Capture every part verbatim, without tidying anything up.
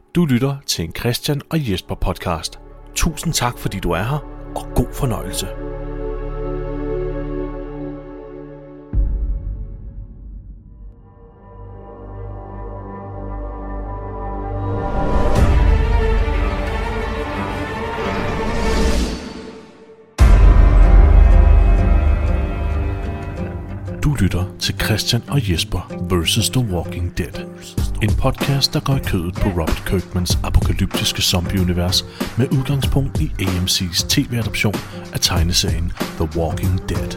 Du lytter til en Christian og Jesper podcast. Tusind tak, fordi du er her, og god fornøjelse. Du lytter til Christian og Jesper versus. The Walking Dead. En podcast, der går i kødet på Robert Kirkmans apokalyptiske zombie-univers med udgangspunkt i A M C's tv-adoption af tegneserien The Walking Dead.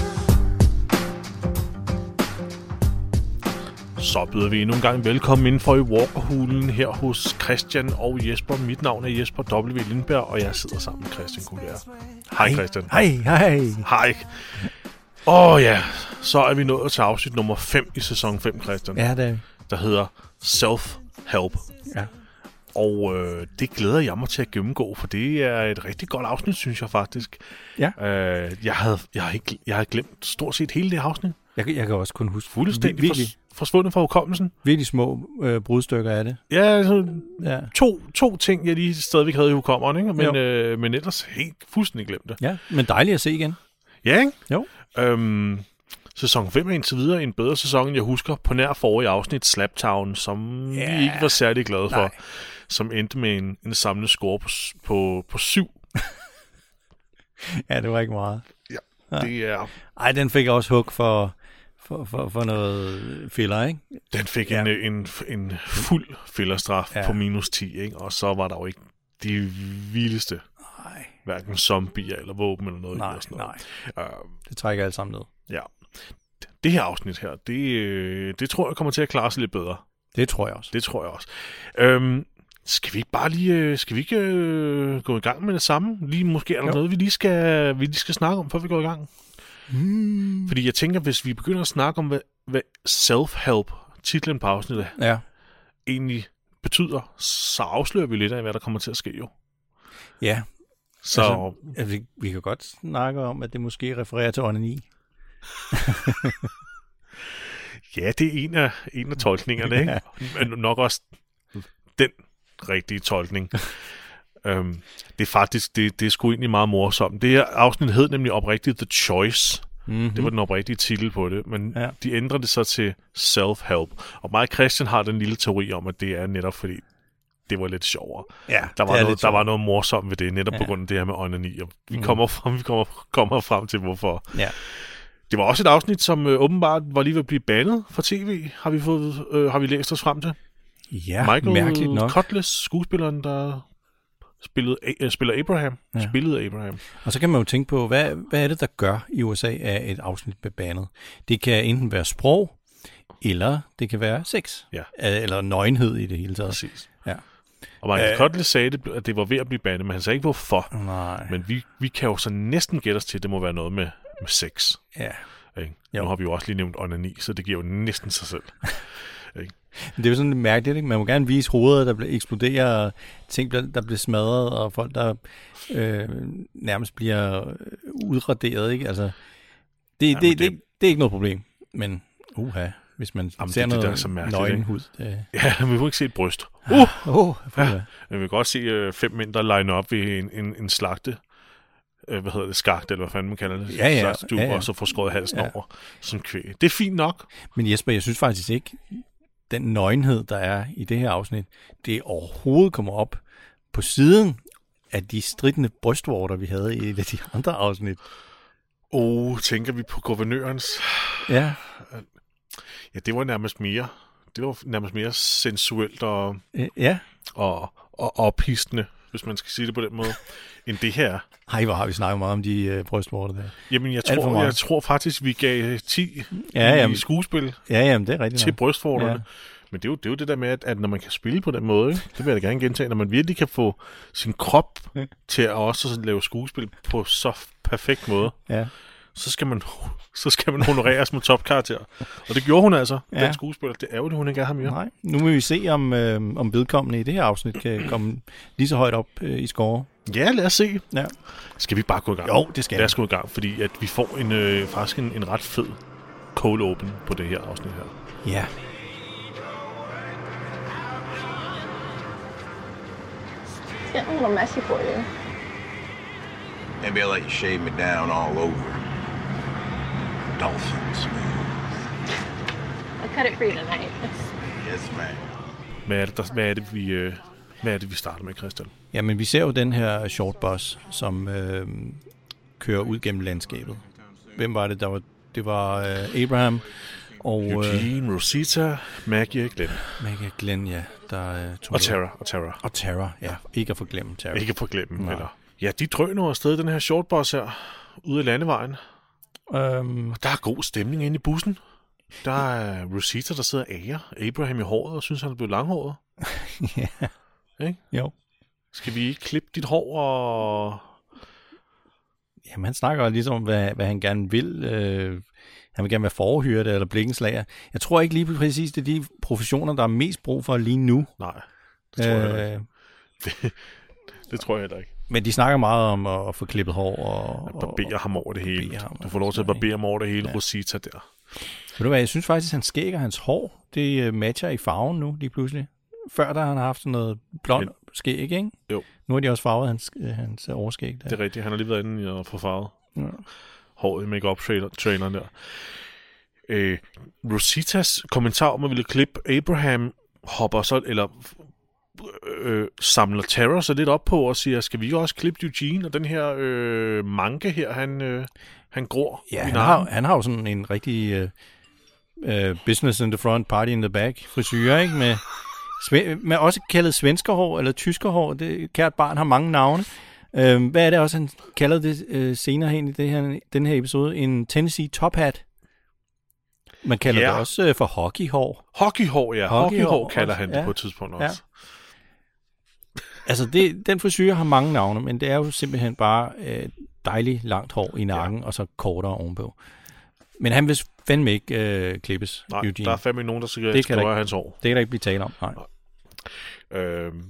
Så byder vi endnu en gang velkommen indenfor i Walkerhulen her hos Christian og Jesper. Mit navn er Jesper W. Lindberg, og jeg sidder sammen med Christian Kulær. Hej Christian. Hej, hej. Hej. Åh oh, ja, så er vi nået til afsnit nummer fem i sæson fem, Christian. Ja, det er der hedder Self-Help. Ja. Og øh, det glæder jeg mig til at gennemgå, for det er et rigtig godt afsnit, synes jeg faktisk. Ja. Øh, jeg, havde, jeg, havde ikke, jeg havde glemt stort set hele det afsnit. Jeg, jeg kan også kun huske fuldstændig virkelig, fors, forsvundet fra hukommelsen. Virkelig små øh, brudstykker af det. Ja, altså, ja. To, to ting, jeg lige stadigvæk havde i hukommeren, ikke? Men, øh, men ellers helt fuldstændig glemt det. Ja, men dejligt at se igen. Ja, ikke? Jo. Øhm, sæson fem er indtil videre en bedre sæson, end jeg husker på nær forrige afsnit, Slaptown, som yeah. vi ikke var særlig glade for. Nej. Som endte med en, en samlet score på, på, på syv. Ja, det var ikke meget. Ja, ja. Det er... Ej, den fik også hug for, for, for, for noget filler, ikke? Den fik ja. en, en, en fuld fillerstraf ja. på minus ti, ikke? Og så var der jo ikke de vildeste... Nej. Hverken zombier eller våben eller noget. Nej, eller sådan noget. nej. Uh, det trækker alt sammen ned. Ja. Det her afsnit her, det, det tror jeg kommer til at klare sig lidt bedre. Det tror jeg også. Det tror jeg også. Øhm, skal vi ikke bare lige, skal vi ikke øh, gå i gang med det samme? Lige, måske er der jo. noget, vi lige, skal, vi lige skal snakke om, før vi går i gang. Hmm. Fordi jeg tænker, hvis vi begynder at snakke om, hvad, hvad self-help, titlen på afsnittet, ja. egentlig betyder, så afslører vi lidt af, hvad der kommer til at ske jo. Ja. Så altså, altså, vi, vi kan godt snakke om, at det måske refererer til onani. Ja, det er en af, en af tolkningerne, ikke? Men nok også den rigtige tolkning. øhm, det er faktisk, det, det er sgu egentlig meget morsomt. Det her afsnit hed nemlig oprigtigt The Choice. Mm-hmm. Det var den oprigtige titel på det, men ja. de ændrede det så til Self-Help. Og mig og Christian har den lille teori om, at det er netop fordi, det var lidt sjovere. Ja, der var, noget, der var noget morsomt ved det, netop ja. på grund af det her med onani. Og vi, mm. kommer frem, vi kommer, kommer frem til, hvorfor. Ja. Det var også et afsnit, som øh, åbenbart var lige ved at blive bandet fra tv, har vi, fået, øh, har vi læst os frem til. Ja, Michael mærkeligt nok. Cutlass, skuespilleren, der spillede, øh, spiller Abraham. Ja. Spillede Abraham. Og så kan man jo tænke på, hvad, hvad er det, der gør i U S A, at et afsnit bliver bandet? Det kan enten være sprog, eller det kan være sex. Ja. Eller nøgenhed i det hele taget. Præcis. Ja. Og Michael Æh, Cutlass sagde, det, at det var ved at blive bandet, men han sagde ikke, hvorfor. Nej. Men vi, vi kan jo så næsten gætte os til, at det må være noget med, med sex. Ja. Nu har vi jo også lige nævnt onani, så det giver jo næsten sig selv. Det er jo sådan lidt mærkeligt, ikke? Man må gerne vise hoveder, der bliver eksploderer, og ting, der bliver smadret, og folk, der øh, nærmest bliver udraderet, ikke? Altså, det, ja, det, det, det, det er ikke noget problem, men uha, hvis man jamen, ser det, noget det der nøgenhud. Det... Ja, vi må ikke se et bryst. Uh! Oh, ja. Vi kan godt se uh, fem mænd, der line op ved en, en, en slagte. Hvad hedder det, skagt, eller hvad fanden man kalder det, ja, ja, du, ja, ja. og så får skåret halsen ja. over som kvæg. Det er fint nok. Men Jesper, jeg synes faktisk ikke, den nøgenhed, der er i det her afsnit, det overhovedet kommer op på siden af de stridende brystvorter, vi havde i et af de andre afsnit. Åh, oh, tænker vi på guvernørens? Ja. Ja, det var nærmest mere, det var nærmest mere sensuelt og, ja. og, og ophistende, hvis man skal sige det på den måde, end det her. Ej, hvor har vi snakket meget om de øh, brystvorter der. Jamen, jeg tror, jeg tror faktisk, vi gav ti ja, i jamen, skuespil ja, jamen, det er rigtigt til brystvorterne. Ja. Men det er, jo, det er jo det der med, at, at når man kan spille på den måde, ikke? Det vil jeg da gerne gentage, når man virkelig kan få sin krop ja. til at også lave skuespil på så perfekt måde, ja. så skal man så skal man honoreres med topkarakter. Og det gjorde hun altså, ja. den skuespiller. Det er jo det, hun ikke er her mere. Nej, nu vil vi se, om, øh, om vedkommende i det her afsnit kan komme lige så højt op øh, i score. Ja, lad os se. Ja. Skal vi bare gå i gang? Jo, det skal vi. Lad os gå i gang, fordi at vi får en, øh, faktisk en, en ret fed cold open på det her afsnit her. Ja. It's getting a little messy for you. Maybe I'll let you shave me down all over. Dolphin smooth. I'll cut it for you tonight. Yes, ma'am. Hvad er det, der, hvad er det, vi, øh, hvad er det, vi starter med, Christian? Jamen, vi ser jo den her short bus, som øh, kører ud gennem landskabet. Hvem var det, der var? Det var øh, Abraham og... Eugene, øh, Rosita, Maggie og Glenn. Maggie og Glenn, ja. Der, øh, tog og Tara. Og Tara. Og Tara, ja. Ikke at forglemme Tara. Ikke at forglemme, ja. Eller... Ja, de drøner afsted den her shortbus her, ude i landevejen. Um... Og der er god stemning inde i bussen. Der er Rosita, der sidder og ærer Abraham i håret og synes, han er blevet langhåret. Ja. Ikke? Jo. Skal vi ikke klippe dit hår og... Jamen, han snakker jo ligesom om, hvad, hvad han gerne vil. Øh, han vil gerne være forhyrte eller blikkenslager. Jeg tror ikke lige præcis, det er de professioner, der er mest brug for lige nu. Nej, det tror øh, jeg ikke. Det, det tror jeg heller ikke. Men de snakker meget om at få klippet hår og... Ja, barbere ham over det hele. Ham, du får lov til at barbere ham over det hele, ja. Rosita der. Ved du hvad, jeg synes faktisk, at han skæg og hans hår, det matcher i farven nu lige pludselig. Før der han har haft sådan noget blond skæg, ikke? Jo. Nu har de også farvet hans, hans overskæg. Der. Det er rigtigt, han har lige været inde og få farvet. Ja. Håret i make-up-traileren der. Øh, Rositas kommentar om at ville klippe Abraham hopper så, eller øh, samler Tara så lidt op på og siger, skal vi også klippe Eugene og den her øh, manke her, han, øh, han gror ja, i han har, han har jo sådan en rigtig øh, øh, business in the front, party in the back frisyre, ikke? Med, med også kaldet svenskerhår eller tyskerhår. Det kært barn har mange navne. Øh, hvad er det også, han kalder det øh, senere hen i det her, den her episode? En Tennessee top hat. Man kalder yeah. det også øh, for hockeyhår. Hockeyhår, ja. Hockeyhår, hockeyhår kalder han det ja. på et tidspunkt også. Ja. Altså, det, den frisyre har mange navne, men det er jo simpelthen bare øh, dejligt langt hår i nakken, ja. og så kortere ovenpå. Men han vil fandme ikke øh, klippes, Nej, Eugene. Der er fandme nogen, der skal skrive hans hår. Det kan der ikke blive tale om, nej. nej. Øhm,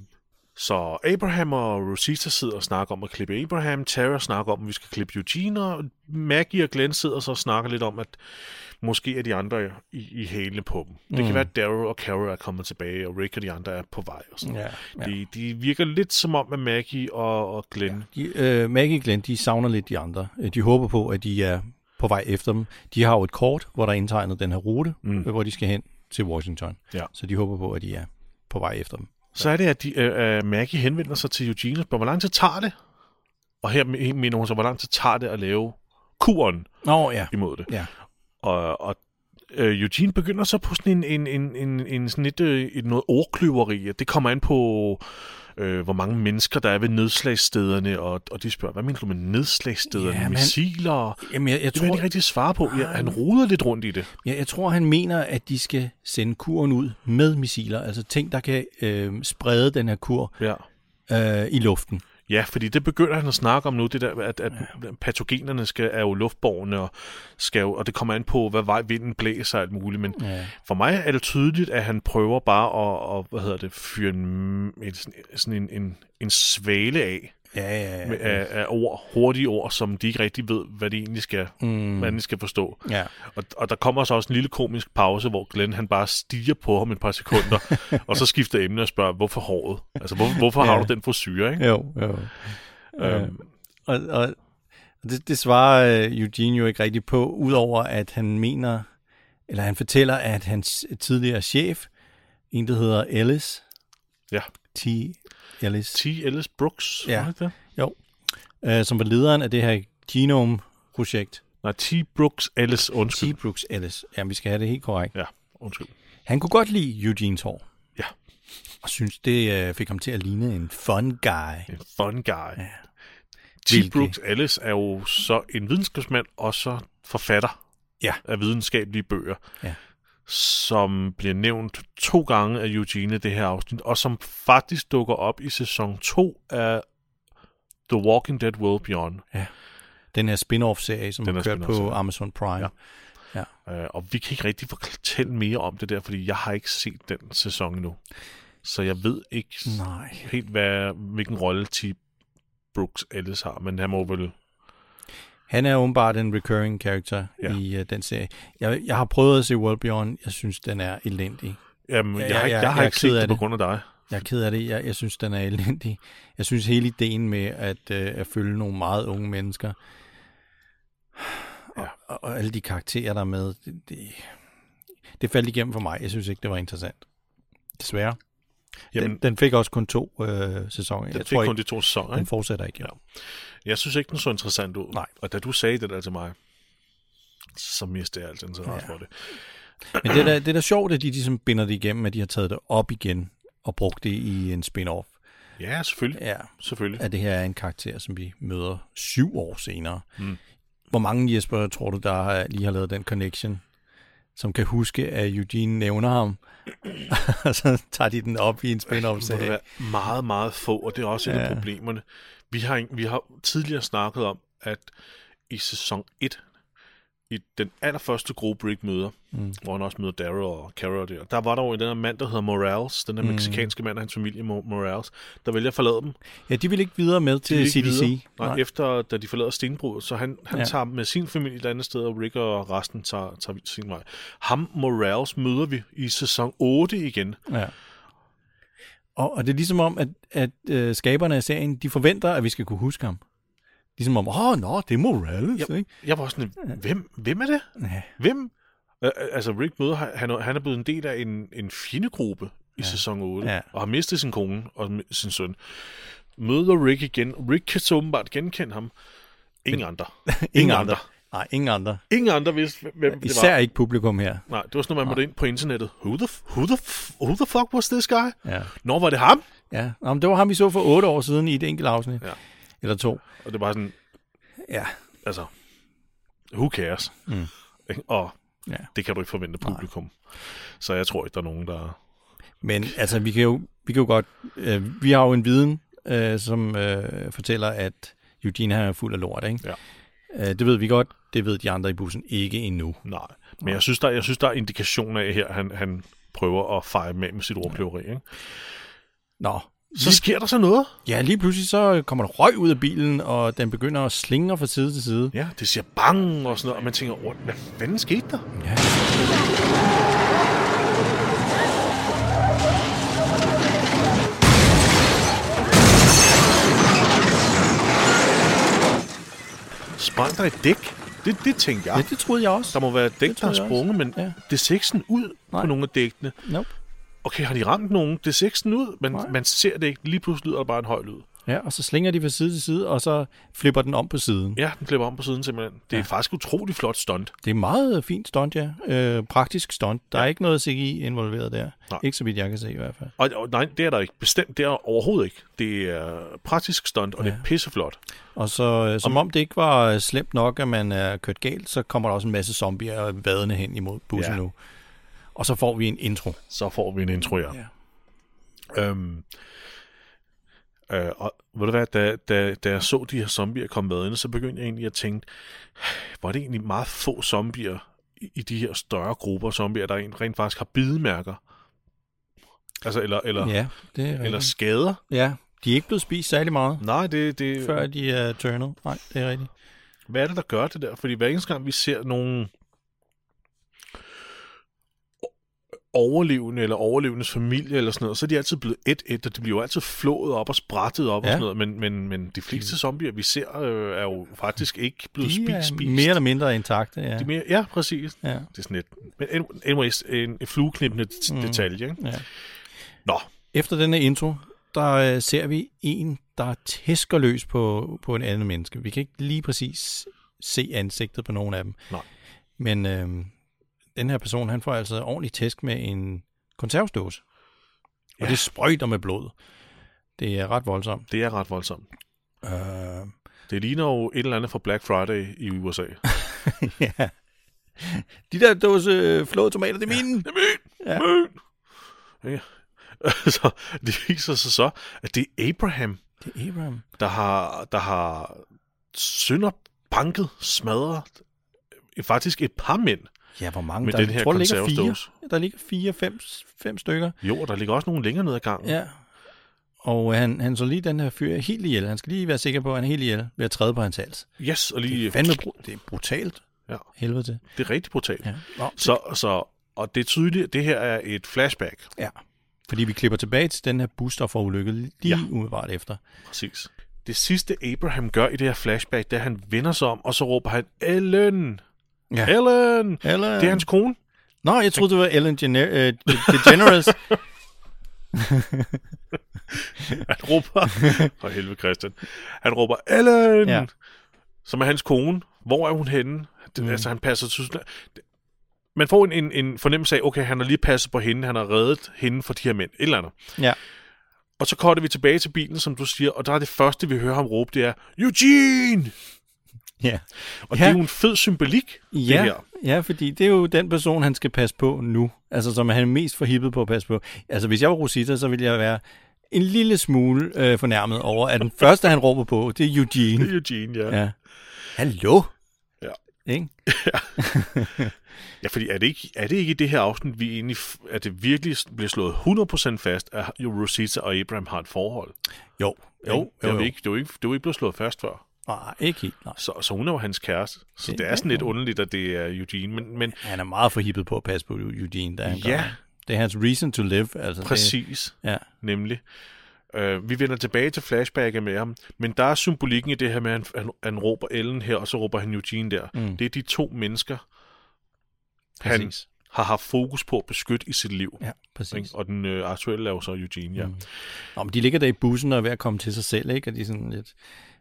så Abraham og Rosita sidder og snakker om at klippe Abraham. Tara snakker om, at vi skal klippe Eugene. Og Maggie og Glenn sidder så og snakker lidt om, at måske er de andre i, i hælene på dem. Det mm. kan være, at Daryl og Carol er kommet tilbage, og Rick og de andre er på vej. Og sådan. Ja, ja. De, de virker lidt som om, at Maggie og, og Glenn... Ja, de, øh, Maggie og Glenn, de savner lidt de andre. De håber på, at de er på vej efter dem. De har jo et kort, hvor der er indtegnet den her rute, mm. hvor de skal hen til Washington. Ja. Så de håber på, at de er på vej efter dem. Så er det, at de, uh, Maggie henvender sig til Eugene, hvor lang tid tager det? Og her mener hun så, hvor lang tid tager det at lave kuren oh, ja. imod det. Ja. Og, og uh, Eugene begynder så på sådan en, en, en, en, en sådan lidt, et noget ordkløveri. Det kommer an på, øh, hvor mange mennesker der er ved nedslagsstederne, og, og de spørger, hvad mener du med nedslagsstederne? Ja, missiler? Jamen, jeg, jeg det tror, vil jeg ikke rigtig svare på. Ja, han roder lidt rundt i det. Ja, jeg tror, han mener, at de skal sende kuren ud med missiler, altså ting, der kan øh, sprede den her kur ja. øh, i luften. Ja, fordi det begynder han at snakke om nu, det der, at, at ja. patogenerne skal, er jo luftborne, og, skal jo, og det kommer an på, hvad vej vinden blæser og alt muligt. Men ja. for mig er det tydeligt, at han prøver bare at, at hvad hedder det, fyre en, sådan en, en, en svale af, ja, ja, ja. Med, af, af ord, hurtige ord, som de ikke rigtig ved, hvad de egentlig skal, mm. hvad de skal forstå. Ja. Og, og der kommer så også en lille komisk pause, hvor Glenn han bare stiger på ham et par sekunder, og så skifter emne og spørger, hvorfor håret? Altså, hvor, hvorfor ja. har du den frisyre, ikke? Jo, jo. Øhm. Og, og det, det svarer uh, Eugene jo ikke rigtig på, udover at han mener, eller han fortæller, at hans tidligere chef, en der hedder Ellis, ja. T. Ellis. T. Ellis Brooks, ja. var det? Jo. Uh, som var lederen af det her Genome-projekt. Nej, T. Brooks Ellis, undskyld. T. Brooks Ellis. Jamen, vi skal have det helt korrekt. Ja, undskyld. Han kunne godt lide Eugenes hår. Ja. Og synes, det uh, fik ham til at ligne en fun guy. En fun guy. Ja. T. Hvilke? Brooks Ellis er jo så en videnskabsmand, og så forfatter ja. af videnskabelige bøger. Ja. Som bliver nævnt to gange af Eugene i det her afsnit, og som faktisk dukker op i sæson to af The Walking Dead World Beyond. Ja. Den her spin-off-serie, som har kørt på Amazon Prime. Ja. Ja. Uh, og vi kan ikke rigtig fortælle mere om det der, fordi jeg har ikke set den sæson endnu. Så jeg ved ikke Nej. helt, hvad, hvilken rolle T. Brooks Ellis har, men han må vel... Han er åbenbart en recurring character ja. i uh, den serie. Jeg, jeg har prøvet at se World Beyond. Jeg synes, den er elendig. Jamen, jeg, jeg, jeg, jeg, jeg har ikke set det på grund af dig. Jeg er ked af det. Jeg, jeg synes, den er elendig. Jeg synes, hele ideen med at, øh, at følge nogle meget unge mennesker, og, Ja. og, og alle de karakterer, der er med, det, det, det faldt igennem for mig. Jeg synes ikke, det var interessant. Desværre. Jamen, Den, den fik også kun to øh, sæsoner. den Jeg fik tror kun ikke, de to sæsoner, den ikke? fortsætter ikke. Ja. Jeg synes ikke, den så interessant ud. Nej. Og da du sagde det der til mig, så mistede jeg alt interesse Ja. for det. Men det er da, det er da sjovt, at de ligesom binder det igennem, at de har taget det op igen og brugt det i en spin-off. Ja, selvfølgelig. Ja, Selvfølgelig. at det her er en karakter, som vi møder syv år senere. Mm. Hvor mange, Jesper, tror du, der har, lige har lavet den connection, som kan huske, at Eugene nævner ham, og så tager de den op i en spin-off Må det serie. være meget, meget få, og det er også et Ja. af problemerne. Vi har, en- vi har tidligere snakket om, at i sæson et, i den allerførste gruppe, Rick møder, mm. hvor han også møder Daryl og Kara der, der var der jo en den her mand, der hedder Morales, den der mm. mexikanske mand og hans familie, Mo- Morales, der vælger at forlade dem. Ja, de vil ikke videre med De til vil C ikke D C. videre. Nej, efter da de forlader stenbruddet, så han, han Ja. ja. tager med sin familie et andet sted, og Rick og resten tager, tager sin vej. Ham, Morales, møder vi i sæson otte igen. Ja. Og, og det er ligesom om, at, at øh, skaberne af serien, de forventer, at vi skal kunne huske ham. Ligesom om, åh, oh, nå, det er Morales, Jeg, ikke? jeg var sådan, hvem, hvem er det? Ja. Hvem? Øh, altså, Rick møder, han, er- han er blevet en del af en, en fjendegruppe i Ja. sæson otte, Ja. og har mistet sin kone og sin søn. Møder Rick igen. Rick kan så åbenbart genkende ham. Ingen andre. Ingen andre. Nej, ingen andre. Ingen andre vidste, hvem det var. Især ikke publikum her. Nej, det var sådan, at man måtte ind på internettet. Who the, f- who, the f- who the fuck was this guy? Ja. Nå, var det ham? Ja, Nå, men det var ham, vi så for otte år siden i et enkelt afsnit. Ja. Eller to. Og det var sådan, Ja. altså, who cares? Mm. Ikke? Og Ja. det kan du ikke forvente af publikum. Så jeg tror ikke, der er nogen, der... Men altså, vi kan jo, vi kan jo godt... Øh, vi har jo en viden, øh, som øh, fortæller, at Eugene er fuld af lort, ikke? Ja. Øh, det ved vi godt. Det ved de andre i bussen ikke endnu. Nej, men jeg synes, der, jeg synes, der er indikationer af her, at han, han prøver at fejre med med sit ordkløveri. Ikke? Nå. Så sker der så noget. Ja, lige pludselig så kommer der røg ud af bilen, og den begynder at slingre fra side til side. Ja, det siger bang og sådan noget, og man tænker, "What- hvad fanden skete der? Ja. Sprang der et dæk? Det, det tænkte jeg. Ja, det troede jeg også. Der må være et dæk, der troede har jeg sprunget, men Ja. det ser ikke sådan ud Nej. på nogle af dækkene. Nope. Okay, har de ramt nogen? Det ser ikke sådan ud, men Nej. man ser det ikke. Lige pludselig lyder der bare en høj lyd. Ja, og så slinger de fra side til side, og så flipper den om på siden. Ja, den klipper om på siden simpelthen. Det er Ja. faktisk utroligt flot stunt. Det er meget fint stunt, ja. Øh, praktisk stunt. Der er ikke noget C G I involveret der. Nej. Ikke så vidt jeg kan se i hvert fald. Og, og nej, det er der ikke. Bestemt, det er overhovedet ikke. Det er praktisk stunt, og ja. det er pisseflot. Og så, øh, som om det ikke var slemt nok, at man er kørt galt, så kommer der også en masse zombier vadende hen imod bussen Ja. nu. Og så får vi en intro. Så får vi en intro, ja. Ja. Øhm, øh, og ved du hvad, da, da, da jeg så de her zombier komme med ind, så begyndte jeg egentlig at tænke, var det egentlig meget få zombier i, i de her større grupper zombier, der rent, rent faktisk har bidemærker? Altså, eller, eller, Ja, det er eller rigtigt. skader? Ja, de er ikke blevet spist særlig meget, Nej, det, det, før de er turnet. Nej, det er rigtigt. hvad er det, der gør det der? Fordi hver eneste gang, vi ser nogle overlevende eller overlevendes familie eller sådan noget, så er de altid blevet et-et, og de bliver jo altid flået op og sprættet op Ja. og sådan noget, men, men, men de fleste zombier, vi ser, øh, er jo faktisk ikke blevet De spist. er spist. mere eller mindre intakte, ja. De er mere, ja, præcis. Ja. Det er sådan et, men anyways, en, en flueknippende mm. detalje, ikke? Ja. Nå, Efter denne intro, der øh, ser vi en, der tæsker løs på, på en anden menneske. Vi kan ikke lige præcis se ansigtet på nogen af dem. Nej. Men øh, den her person, han får altså ordentligt tæsk med en konservesdåse. Og Ja. det sprøjter med blod. Det er ret voldsomt. det er ret voldsomt. Øh, Det ligner jo et eller andet fra Black Friday i U S A. ja. De der dåse flåede tomater, det er mine. Det er min! Ja. Min! Ja. Så det viser sig så, at det er Abraham, Det er Abraham. der har, der har sønderbanket, smadret øh, faktisk et par mænd Ja, hvor mange? med der, den jeg her tror, der ligger fire. konservesdåse. Der ligger fire, fem, fem stykker. Jo, og der ligger også nogle længere ned ad gangen. Ja. Og han, han så lige den her fyr helt ihjel. Han skal lige være sikker på, at han er helt ihjel ved at træde på hans hals. Yes, og Det lige... er fandme br- det er brutalt. Ja. Helvede til. Det er rigtig brutalt. Ja. Nå, Så, så, og det er tydeligt, at det her er et flashback. ja. Fordi vi klipper tilbage til den her bus, der får ulykke lige Ja. umiddelbart efter. Præcis. Det sidste Abraham gør i det her flashback, det er, at han vender sig om, og så råber han, Ellen! Ja. Ellen! Ellen! Det er hans kone. Nå, jeg troede, det var Ellen Gener- øh, DeGeneres. Han råber, for helvede Christian, han råber, Ellen! Ja. Som er hans kone. Hvor er hun henne? Det, Mm. Altså, han passer til... Man får en, en, en fornemmelse af, okay, han har lige passet på hende, han har reddet hende fra de her mænd, et eller andet. Ja. Og så cutter vi tilbage til bilen, som du siger, og der er det første, vi hører ham råbe, det er, Eugene! Ja. Og Ja. det er jo en fed symbolik, det Ja, her. ja, fordi det er jo den person, han skal passe på nu. Altså, som han er mest forhippet på at passe på. Altså, hvis jeg var Rosita, så ville jeg være en lille smule øh, fornærmet over, at den første, han råber på, det er Eugene. Det er Eugene, ja. Ja. Hallo? Ja. Ikke? Ja, fordi er det, ikke, er det ikke i det her afsnit, vi egentlig, f- at det virkelig bliver slået hundrede procent fast, at Rosita og Abraham har et forhold? Jo. Jo, Jo, det er jo, jo jo. ikke, det er jo ikke, det er jo ikke blevet slået fast før. Nej, ikke helt, nej. Så, så hun er jo hans kæreste. Så Det- det er sådan ja, lidt ja. underligt, at det er Eugene. Men, men Han er meget forhippet på at passe på Eugene, da han Ja. gør det. Det er hans reason to live. Altså, præcis, Det, ja. nemlig. Uh, vi vender tilbage til flashbacket med ham, men der er symbolikken i det her med, at han, han, han råber Ellen her, og så råber han Eugene der. Mm. Det er de to mennesker, han Præcis. har haft fokus på at beskytte i sit liv. Ja, præcis. Ikke? Og den øh, aktuelle er jo så Eugene, ja. Mm. Nå, men de ligger der i bussen og er ved at komme til sig selv, ikke? Og de er sådan lidt...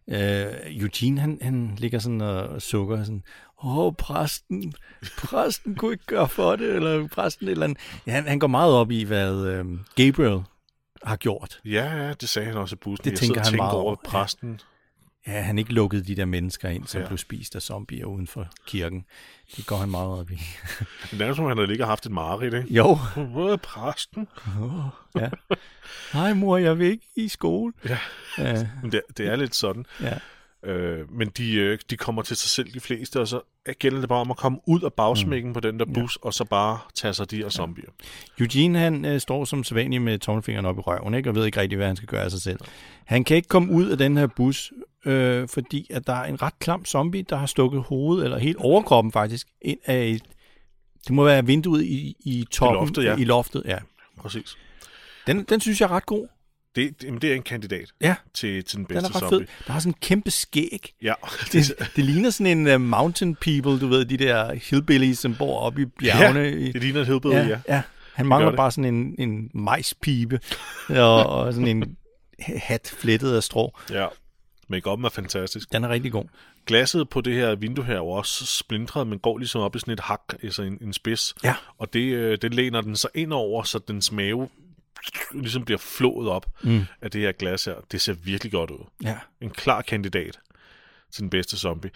Øh, Eugene, han, han ligger sådan og sukker sådan, åh, præsten, præsten kunne ikke gøre for det, eller præsten et eller andet. Ja, han, han går meget op i, hvad øh, Gabriel har gjort. Ja, ja, det sagde han også i bussen. Det Jeg tænker sidder og han tænker meget over over. præsten. Ja, han ikke lukkede de der mennesker ind, som Ja. blev spist af zombier uden for kirken. Det går han meget op i. Det er som, han havde ligget og haft et mareridt, ikke? Jo. Hvor er præsten? Ja. Nej, mor, jeg vil ikke i skole. Ja. Ja, Men det, det er lidt sådan. ja. Øh, men de, øh, de kommer til sig selv, de fleste, og så gælder det bare om at komme ud af bagsmækken mm. på den der bus, ja. Og så bare tage sig de og zombier. Eugene, han øh, står som sædvanligt med tommelfingeren op i røven, ikke? Og ved ikke rigtig, hvad han skal gøre af sig selv. Han kan ikke komme ud af den her bus, øh, fordi at der er en ret klam zombie, der har stukket hovedet, eller helt overkroppen faktisk, ind af et, det må være vinduet i, i toppen. I loftet, ja. I loftet, ja. Præcis. Den, den synes jeg er ret god. Det, det, det er en kandidat Ja, til, til den den bedste er ret zombie. fed. Der har sådan en kæmpe skæg. Ja, Det, det ligner sådan en uh, mountain people, du ved, de der hillbillies, som bor oppe i bjergene. ja, i, det ligner et hedbede, ja. ja, ja. Han gør mangler det. bare sådan en, en majspibe og, og sådan en hat flettet af strå. ja. Make-up'en er fantastisk. Den er rigtig god. Glasset på det her vindue her er jo også splintret, men går ligesom op i sådan et hak, altså en, en spids. Ja. Og det, øh, det læner den så ind over, så dens mave ligesom bliver flået op Mm. af det her glas her. Det ser virkelig godt ud. Ja. En klar kandidat til den bedste zombie.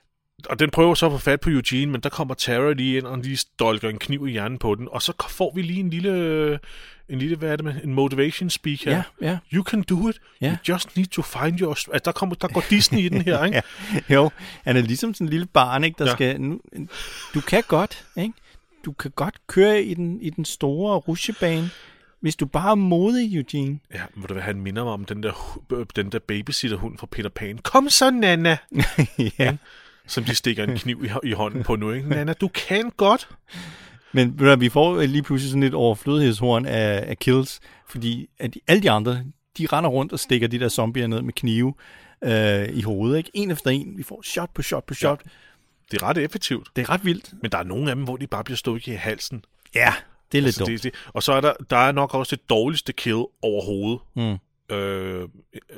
Og den prøver så at få fat på Eugene, men der kommer Tara lige ind og lige stolker en kniv i hjernen på den, og så får vi lige en lille, en lille, hvad er det med, en motivation speak her. Ja, ja. You can do it. Ja. You just need to find your... Altså, der, kommer, der går Disney i den her, ikke? Ja. Jo, han er ligesom sådan en lille barn, ikke, der Ja. skal... Nu, du kan godt, ikke? Du kan godt køre i den, i den store rutsjebane, hvis du bare er modig, Eugene. Ja, må du hvad, han minder mig om den der, hu- den der babysitterhund fra Peter Pan. Kom så, Nana! Ja. Som de stikker en kniv i, i hånden på nu, ikke? Nana, du kan godt! Men ved du, vi får lige pludselig sådan et overflødighedshorn af, af kills, fordi at de, alle de andre, de render rundt og stikker de der zombier ned med knive øh, i hovedet, ikke? En efter en. Vi får shot på shot på shot. Ja. Det er ret effektivt. Det er ret vildt. Men der er nogle af dem, hvor de bare bliver stukket i halsen. Ja, det er lidt Altså, dumt. det, det. Og så er der, der er nok også det dårligste kill overhovedet. Mm. Øh, øh,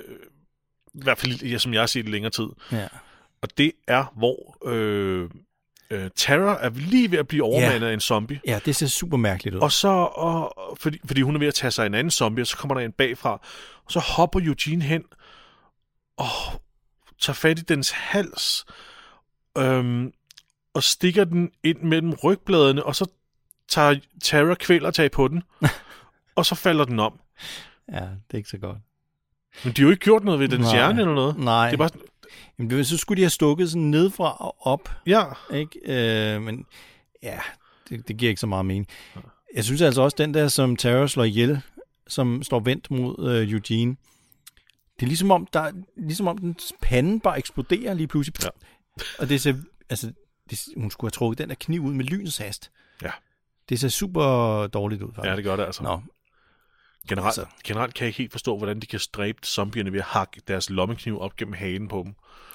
I hvert fald, ja, som jeg har set i længere tid. Ja. Og det er, hvor øh, øh, Tara er lige ved at blive overmandet Ja. af en zombie. ja, det ser super mærkeligt ud. Og så, og, fordi, fordi hun er ved at tage sig af en anden zombie, og så kommer der en bagfra. Og så hopper Eugene hen og tager fat i dens hals, øhm, og stikker den ind mellem rygbladene, og så tager Tara kvælertag på den, og så falder den om. Ja, det er ikke så godt. Men de har jo ikke gjort noget ved dens Nej. hjerne eller noget. Nej, Det er bare sådan, Jamen, det- så skulle de have stukket sådan nedfra og op, ja, ikke? Øh, men ja, det, det giver ikke så meget mening. Jeg synes altså også, den der, som Tara slår ihjel, som står vendt mod øh, Eugene, det er ligesom om, der, ligesom om den pande bare eksploderer lige pludselig. Ja. Og det ser, altså, det, hun skulle have trukket den der kniv ud med lynets hast. Ja. Det ser super dårligt ud, faktisk. ja, det gør det altså. Nå. Generelt, Altså. altså. generelt kan jeg ikke helt forstå, hvordan de kan stræbe zombierne ved at hakke deres lommekniv op gennem hagen på dem.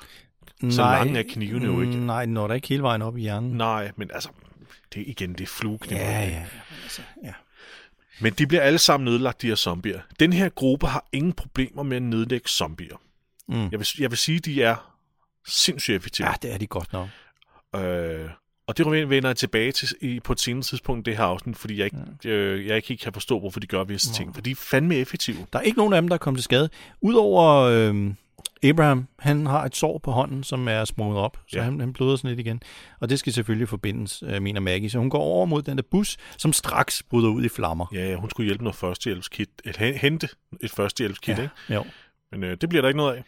Så nej, lange er knivene jo ikke. Nej, den når der ikke hele vejen op i hjernen. Nej, men altså, det er igen, det er fluekniver. Ja, ja, ja. Altså, ja. Men de bliver alle sammen nedlagt, de her zombier. Den her gruppe har ingen problemer med at nedlægge zombier. Mm. Jeg, vil, jeg vil sige, at de er sindssygt effektive. Ja, det er de godt nok. Øh, og det vender jeg tilbage til i, på et senere tidspunkt, det her afsnit, fordi jeg ikke, ja. øh, jeg ikke helt kan forstå, hvorfor de gør visse ting. For de er fandme effektive. Der er ikke nogen af dem, der er kommet til skade. Udover øh, Abraham, han har et sår på hånden, som er sprunget op, så ja. han, han bløder sådan lidt igen. Og det skal selvfølgelig forbindes, øh, mener Maggie. Så hun går over mod den der bus, som straks bryder ud i flammer. Ja, hun skulle hjælpe noget førstehjælpskit. Et, hente et førstehjælpskit, ja. Ikke? Jo. Men øh, det bliver der ikke noget af.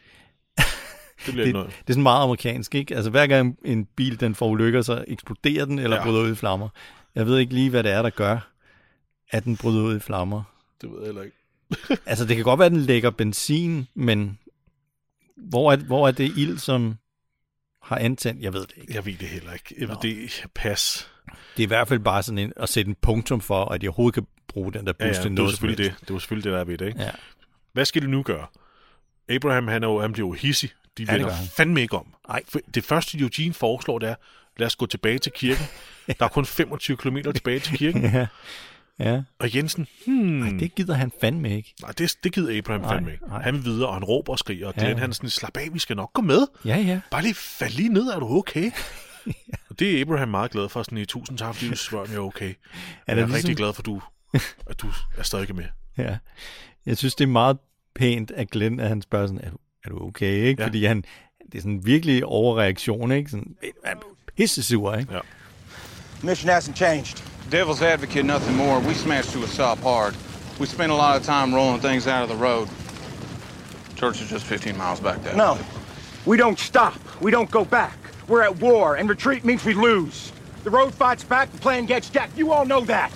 Det, bliver det, noget. det er sådan meget amerikansk, ikke? Altså hver gang en bil den forulykker, så eksploderer den eller ja. bryder ud i flammer. Jeg ved ikke lige, hvad det er, der gør, at den bryder ud i flammer. Det ved jeg heller ikke. Altså det kan godt være, at den lægger benzin, men hvor er, hvor er det ild, som har antændt? Jeg ved det ikke. Jeg ved det heller ikke. Jeg ved det pas. Det er i hvert fald bare sådan en, at sætte en punktum for, at de overhovedet kan bruge den der bus ja, ja, til det noget. Det. Det var selvfølgelig det, der er ved det, ikke? Ja. Hvad skal de nu gøre? Abraham, han, er jo, han bliver jo hissig. De ja, vender fandme ikke om. Nej. Det første, Eugene foreslår, det er, lad os gå tilbage til kirken. ja. Der er kun femogtyve kilometer tilbage til kirken. ja. Ja. Og Jensen, hmm. Nej, det gider han fandme ikke. Nej, det, det gider Abraham nej, fandme ikke. Nej. Han vil videre, og han råber og skriger, og Glenn, ja. han er sådan, slap af, vi skal nok gå med. Ja, ja. Bare lige fald lige ned, er du okay? ja. Og det er Abraham meget glad for, sådan i tusind tak, fordi du spørger, jeg er okay. Er jeg er ligesom... rigtig glad for, du, at du er stadig med. Ja. Jeg synes, det er meget pænt af Glenn, at han spørger sådan, er du, er du okay, ikke? Ja. Fordi han, det er sådan en virkelig overreaktion, ikke? Sådan, pissesur, ikke? Ja. Mission hasn't changed. Devil's advocate, nothing more. We smashed to a stop hard. We spent a lot of time rolling things out of the road. Church is just fifteen miles back that No, way. we don't stop. We don't go back. We're at war, and retreat means we lose. The road fights back, the plan gets jacked. You all know that.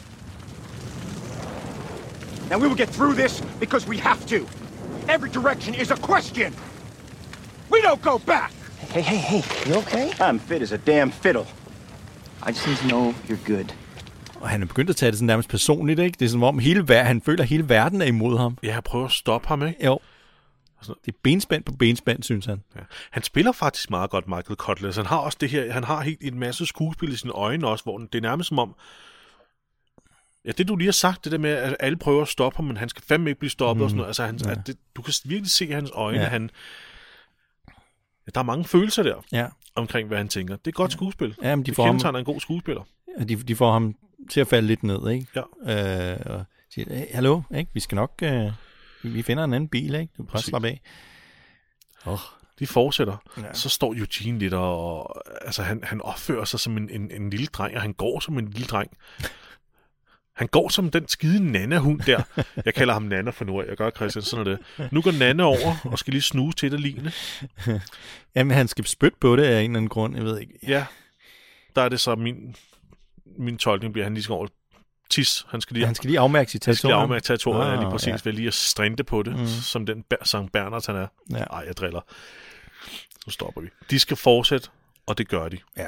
Now we will get through this because we have to. Every direction is a question. We don't go back. Hey, hey, hey, you okay? I'm fit as a damn fiddle. I just need to know you're good. Og han er begyndt at tage det sådan nærmest personligt, ikke? Det er som om hele ver- han føler, at hele verden er imod ham. Ja, jeg prøver at stoppe ham, ikke? Jo. Det er benspænd på benspænd, synes han. Ja. Han spiller faktisk meget godt, Michael Cotler. Han har også det her, han har helt en masse skuespil i sine øjne også, hvor det er nærmest som om, ja, det du lige har sagt, det der med, at alle prøver at stoppe ham, men han skal fandme ikke blive stoppet mm. og sådan noget. Altså, han, ja. at det, du kan virkelig se i hans øjne, ja. han... Ja, der er mange følelser der, ja. omkring hvad han tænker. Det er godt skuespil. Ja, men de det får kendetegner ham... en god skuespiller. Ja, de, de får ham til at falde lidt ned, ikke? Ja. Øh, og siger, hey, hallo, ikke? Vi skal nok... Øh, vi finder en anden bil, ikke? Du kan bare slappe af. Oh. De fortsætter. Ja. Så står Eugene lidt og... Altså, han, han opfører sig som en, en, en lille dreng, og han går som en lille dreng. Han går som den skide Nana-hund der. Jeg kalder ham Nana for nu af. Jeg gør Christian, sådan er det. Nu går Nana over og skal lige snuse til det lignende. Jamen, han skal spytte på det af en eller anden grund, jeg ved ikke. Ja, der er det så min, min tolkning bliver, han lige skal over tis. Han skal lige, ja, han skal lige afmærke sit territorium. Han skal lige afmærke territoriet, ah, lige præcis, ja. Ved lige at strinde på det, mm. som den Sankt Bernard han er. Ja. Ej, jeg driller. Så stopper vi. De skal fortsætte, og det gør de. Ja.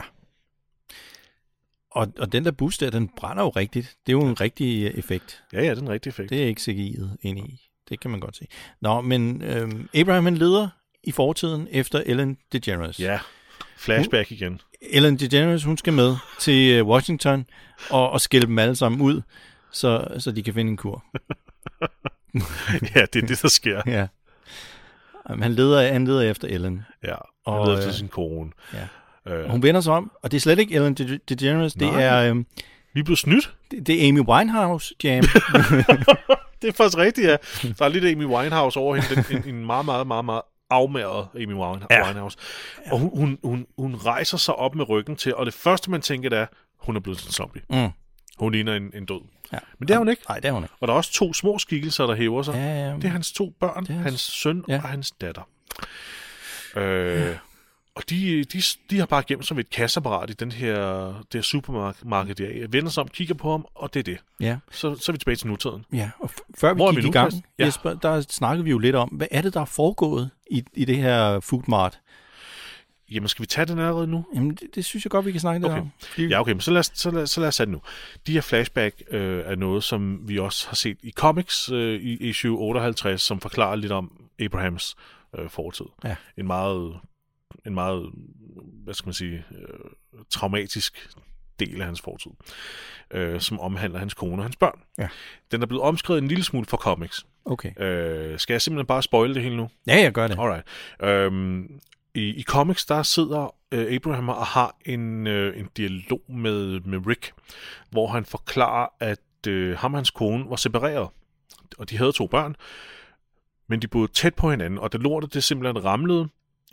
Og, og den der bus der, den brænder jo rigtigt. Det er jo en rigtig effekt. Ja, ja, det er en rigtig effekt. Det er ikke C G I'et inde i. Det kan man godt se. Nå, men øhm, Abraham han leder i fortiden efter Ellen DeGeneres. Ja, flashback hun, igen. Ellen DeGeneres, hun skal med til Washington og, og skælde dem alle sammen ud, så, så de kan finde en kur. Ja, det er det, der sker. Ja. Jamen, han, leder, han leder efter Ellen. Ja, han og, leder efter sin kone. Ja. Øh. Hun vender sig om, og det er slet ikke Ellen DeGeneres, det Nej. er... Øhm, Vi blev snydt. Det, det er Amy Winehouse, Jam. Det er faktisk rigtigt, ja. Der er lidt Amy Winehouse over hende. En, en meget, meget, meget, meget afmæret Amy Winehouse. Ja. Og hun, hun, hun, hun rejser sig op med ryggen til, og det første, man tænker, det er, hun er blevet til en zombie. Mm. Hun ligner en, en død. Ja. Men det er hun ikke. Nej, det er hun ikke. Og der er også to små skikkelser, der hæver sig. Ja, ja, det er hans to børn, hans... hans søn ja. og hans datter. Øh... Ja. Og de, de, de har bare gemt sig ved et kasseapparat i den her, det her supermarked. Jeg vender sig om, kigger på ham, og det er det. Ja. Så, så er vi tilbage til nutiden. Ja, og f- før vi Hvor gik vi i gang, ja. Jesper, der snakkede vi jo lidt om, hvad er det, der er foregået i, i det her Food Mart? Jamen, skal vi tage den allerede nu? Jamen, det, det synes jeg godt, vi kan snakke lidt Okay. om. Fordi... Ja, okay, men så lad os, så lad, så lad os tage det nu. De her flashback øh, er noget, som vi også har set i comics øh, i issue otteoghalvtreds, som forklarer lidt om Abrahams øh, fortid. Ja. En meget, en meget, hvad skal man sige, øh, traumatisk del af hans fortid, øh, som omhandler hans kone og hans børn. Ja. Den er blevet omskrevet en lille smule fra comics. Okay. Øh, skal jeg simpelthen bare spoile det hele nu? Ja, jeg gør det. Alright. Øhm, i, I comics, der sidder øh, Abraham og har en, øh, en dialog med, med Rick, hvor han forklarer, at øh, ham og hans kone var separeret, og de havde to børn, men de boede tæt på hinanden, og det lortet, det simpelthen ramlede,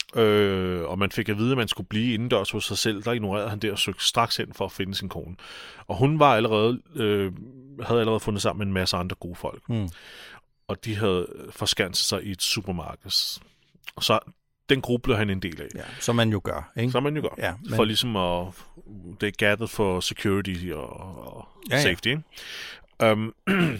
øh, og man fik at vide, at man skulle blive indendørs hos sig selv. Der ignorerede han det og søgte straks hen for at finde sin kone. Og hun var allerede, øh, havde allerede fundet sammen med en masse andre gode folk. Mm. Og de havde forskanset sig i et supermarked. Og så den gruppe blev han en del af. Ja, som man jo gør, ikke? Som man jo gør. Ja, men... For ligesom at... Det er gathered for security og, og ja, ja. safety. Um,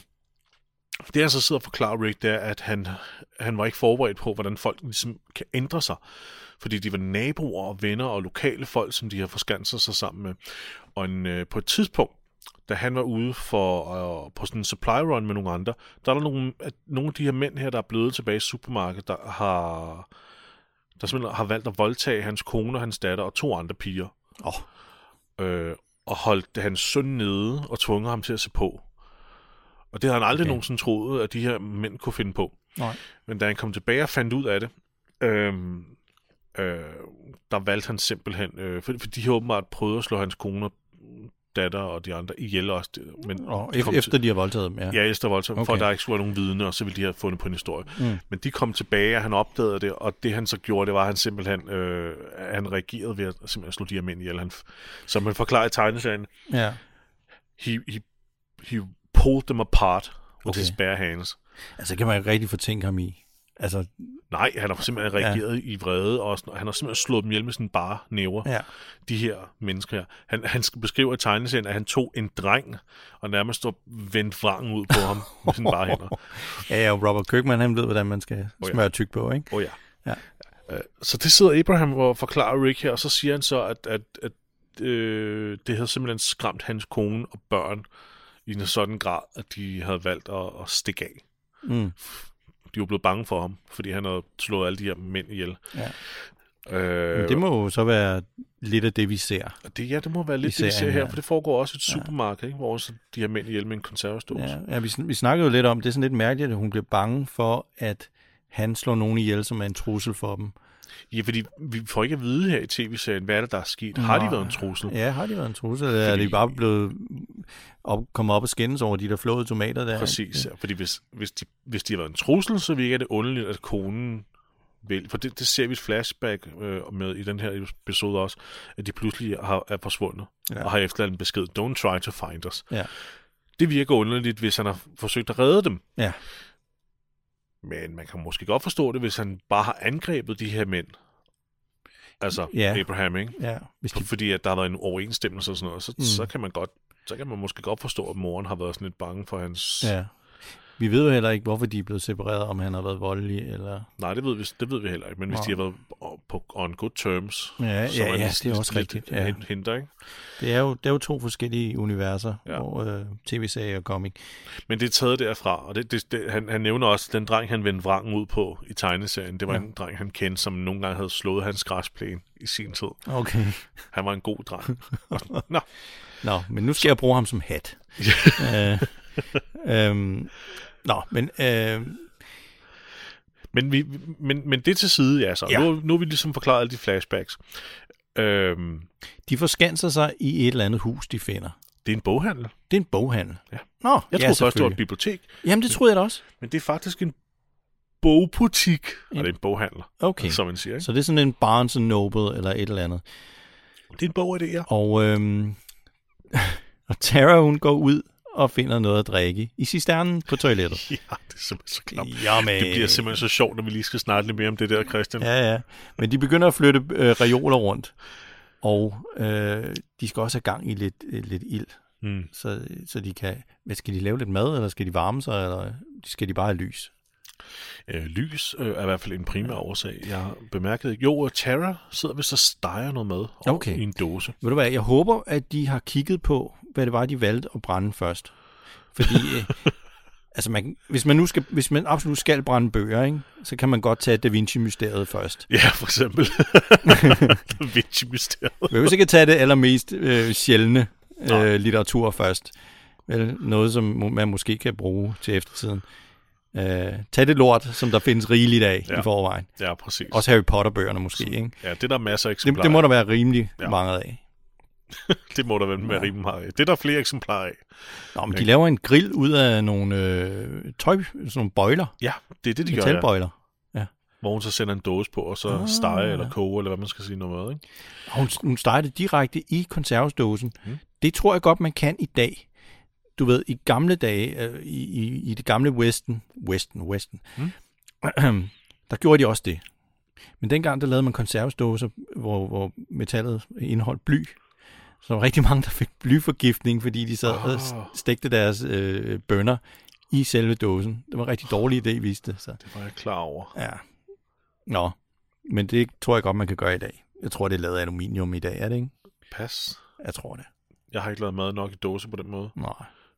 det han så sidder og forklarer Rick, det er, at han, han var ikke forberedt på, hvordan folk ligesom kan ændre sig. Fordi de var naboer og venner og lokale folk, som de har forskanset sig sammen med. Og en, øh, på et tidspunkt, da han var ude for øh, på sådan en supply run med nogle andre, der er der nogle, at nogle af de her mænd her, der er blevet tilbage i supermarkedet, der har, der simpelthen har valgt at voldtage hans kone og hans datter og to andre piger. Oh. Øh, og holdt hans søn nede og tvunget ham til at se på. Og det havde han aldrig okay. nogensinde troet, at de her mænd kunne finde på. Nej. Men da han kom tilbage og fandt ud af det, øh, øh, der valgte han simpelthen, øh, for, for de har åbenbart prøvet at slå hans kone, datter og de andre ihjel også. Men oh, de efter til, de har voldtaget dem, ja. Ja, efter voldtaget dem, okay. for at der ikke skulle være nogen vidne, og så ville de have fundet på en historie. Mm. Men de kom tilbage, og han opdagede det, og det han så gjorde, det var, at han simpelthen øh, han reagerede ved at simpelthen slå de her mænd ihjel. Han, som man forklarer i tegneserien, ja. he, he, he pulled them apart with okay. his bare hands. Altså, kan man ikke rigtig fortænke ham i? Altså... Nej, han har simpelthen reageret ja. i vrede, og han har simpelthen slået dem ihjel med sådan bare næver, ja. de her mennesker her. Han, han beskriver i tegneserien, at han tog en dreng, og nærmest stod vendt vrangen ud på ham med sine bare hænder. Ja, ja, Robert Kirkman, han ved, hvordan man skal oh, ja. smøre tyk på, ikke? Åh oh, ja. ja. Uh, så det sidder Abraham og forklarer Rick her, og så siger han så, at, at, at øh, det havde simpelthen skræmt hans kone og børn i en sådan grad, at de havde valgt at, at stikke af. Mm. De var blevet bange for ham, fordi han havde slået alle de her mænd ihjel. Ja. Øh, Men det må jo så være lidt af det, vi ser. Det, ja, det må være lidt det, vi ser her, for det foregår også i et supermarked, ikke? Hvor så de her mænd ihjel med en konservesdåse. Ja, ja vi, vi snakkede jo lidt om, det er sådan lidt mærkeligt, at hun bliver bange for, at han slår nogen ihjel, som er en trussel for dem. Ja, fordi vi får ikke at vide her i tv-serien, hvad er det, der er sket. Har Nå, de været en trussel? Ja, har de været en trussel? Eller fordi... er de bare blevet op, kommet op og skændes over de der flåede tomater der? Præcis, ja. Fordi hvis, hvis, de, hvis de har været en trussel, så virker det underligt, at konen vil. For det, det ser vi et flashback øh, med i den her episode også, at de pludselig har, er forsvundet, ja. Og har efterladt en besked, don't try to find us. Ja. Det virker underligt, hvis han har forsøgt at redde dem. Ja. Men man kan måske godt forstå det, hvis han bare har angrebet de her mænd. Altså ja. Abraham, ikke? Ja. Hvis de... Fordi at der har været en overensstemmelse og sådan noget, så, mm. så kan man godt, så kan man måske godt forstå, at moren har været sådan lidt bange for hans... Ja. Vi ved jo heller ikke, hvorfor de er blevet separeret, om han har været voldelig, eller... Nej, det ved vi, det ved vi heller ikke, men hvis Nå. de har været på on good terms, ja, så ja, er ja, det, det er også rigtigt. Ja. Hinder, ikke? Det er, jo, det er jo to forskellige universer, ja. hvor øh, tv-serie og comic. Men det er taget derfra, og det, det, det, han, han nævner også, den dreng, han vendte vrangen ud på i tegneserien, det var ja. en dreng, han kendte, som nogle gange havde slået hans græsplæne i sin tid. Okay. Han var en god dreng. Nå. Nå, men nu skal jeg bruge ham som hat. øh, øhm, Nå, men... Øh... Men, vi, men, men det til side, ja, så. Ja. Nu, nu har vi ligesom forklaret alle de flashbacks. Øhm, de forskanser sig i et eller andet hus, de finder. Det er en boghandel. Det er en boghandel? Ja. Nå, jeg ja, troede først, det var et bibliotek. Jamen, det troede jeg da også. Men det er faktisk en bogbutik. En... Og det er en boghandler, okay. som man siger. Ikke? Så det er sådan en Barnes and Noble eller et eller andet. Det er en bog af det, ja. Og, øhm... og Tara, hun går ud og finder noget at drikke i cisternen på toilettet. Ja, det er simpelthen så klamt. Jamen. Det bliver simpelthen så sjovt, når vi lige skal snakke lidt mere om det der, Christian. Ja, ja. Men de begynder at flytte øh, reoler rundt, og øh, de skal også have gang i lidt, øh, lidt ild. Mm. Så, så de kan... Hvad, skal de lave lidt mad, eller skal de varme sig, eller skal de bare have lys? Øh, lys øh, er i hvert fald en primær årsag. Jeg bemærkede ikke. Jo, Tara sidder vist og steger noget mad Okay. i en dåse. Ved du hvad, jeg håber, at de har kigget på, hvad det var, de valgte at brænde først. Fordi, øh, altså man, hvis man nu skal, hvis man absolut skal brænde bøger, ikke, så kan man godt tage Da Vinci-mysteriet først. Ja, for eksempel. Da Vinci-mysteriet. Man vil ikke tage det allermest øh, sjældne øh, litteratur først. Vel, noget, som man måske kan bruge til eftertiden. Øh, tag det lort, som der findes rigeligt af ja. i forvejen. Ja, præcis. Også Harry Potter-bøgerne måske, ikke? Ja, det er der masser af Det, eksemplarer. det må der være rimelig Ja. ja. mange af. Det må der være ja. rimelig meget af. Det er der flere eksemplarer af. Nå, men de laver en grill ud af nogle øh, tøj, sådan nogle bøjler. Ja, det er det, de gør, ja. Metalbøjler. Ja. Hvor hun så sender en dåse på, og så Ah. steger eller koger, eller hvad man skal sige noget med, ikke? Og hun, hun steger det direkte i konservesdåsen. Mm. Det tror jeg godt, man kan i dag. Du ved, i gamle dage, øh, i, i, i det gamle Westen, Westen, Westen, Mm. der gjorde de også det. Men dengang, der lavede man konservesdåser, hvor, hvor metallet indeholdt bly. Så der var rigtig mange, der fik blyforgiftning, fordi de sad Oh. og stegte deres øh, bønner i selve dåsen. Det var en rigtig dårlig idé, viste det. Så. Det var jeg klar over. Ja. Nå, men det tror jeg godt, man kan gøre i dag. Jeg tror, det er lavet af aluminium i dag, er det ikke? Pas. Jeg tror det. Jeg har ikke lavet mad nok i dåse på den måde. Nej.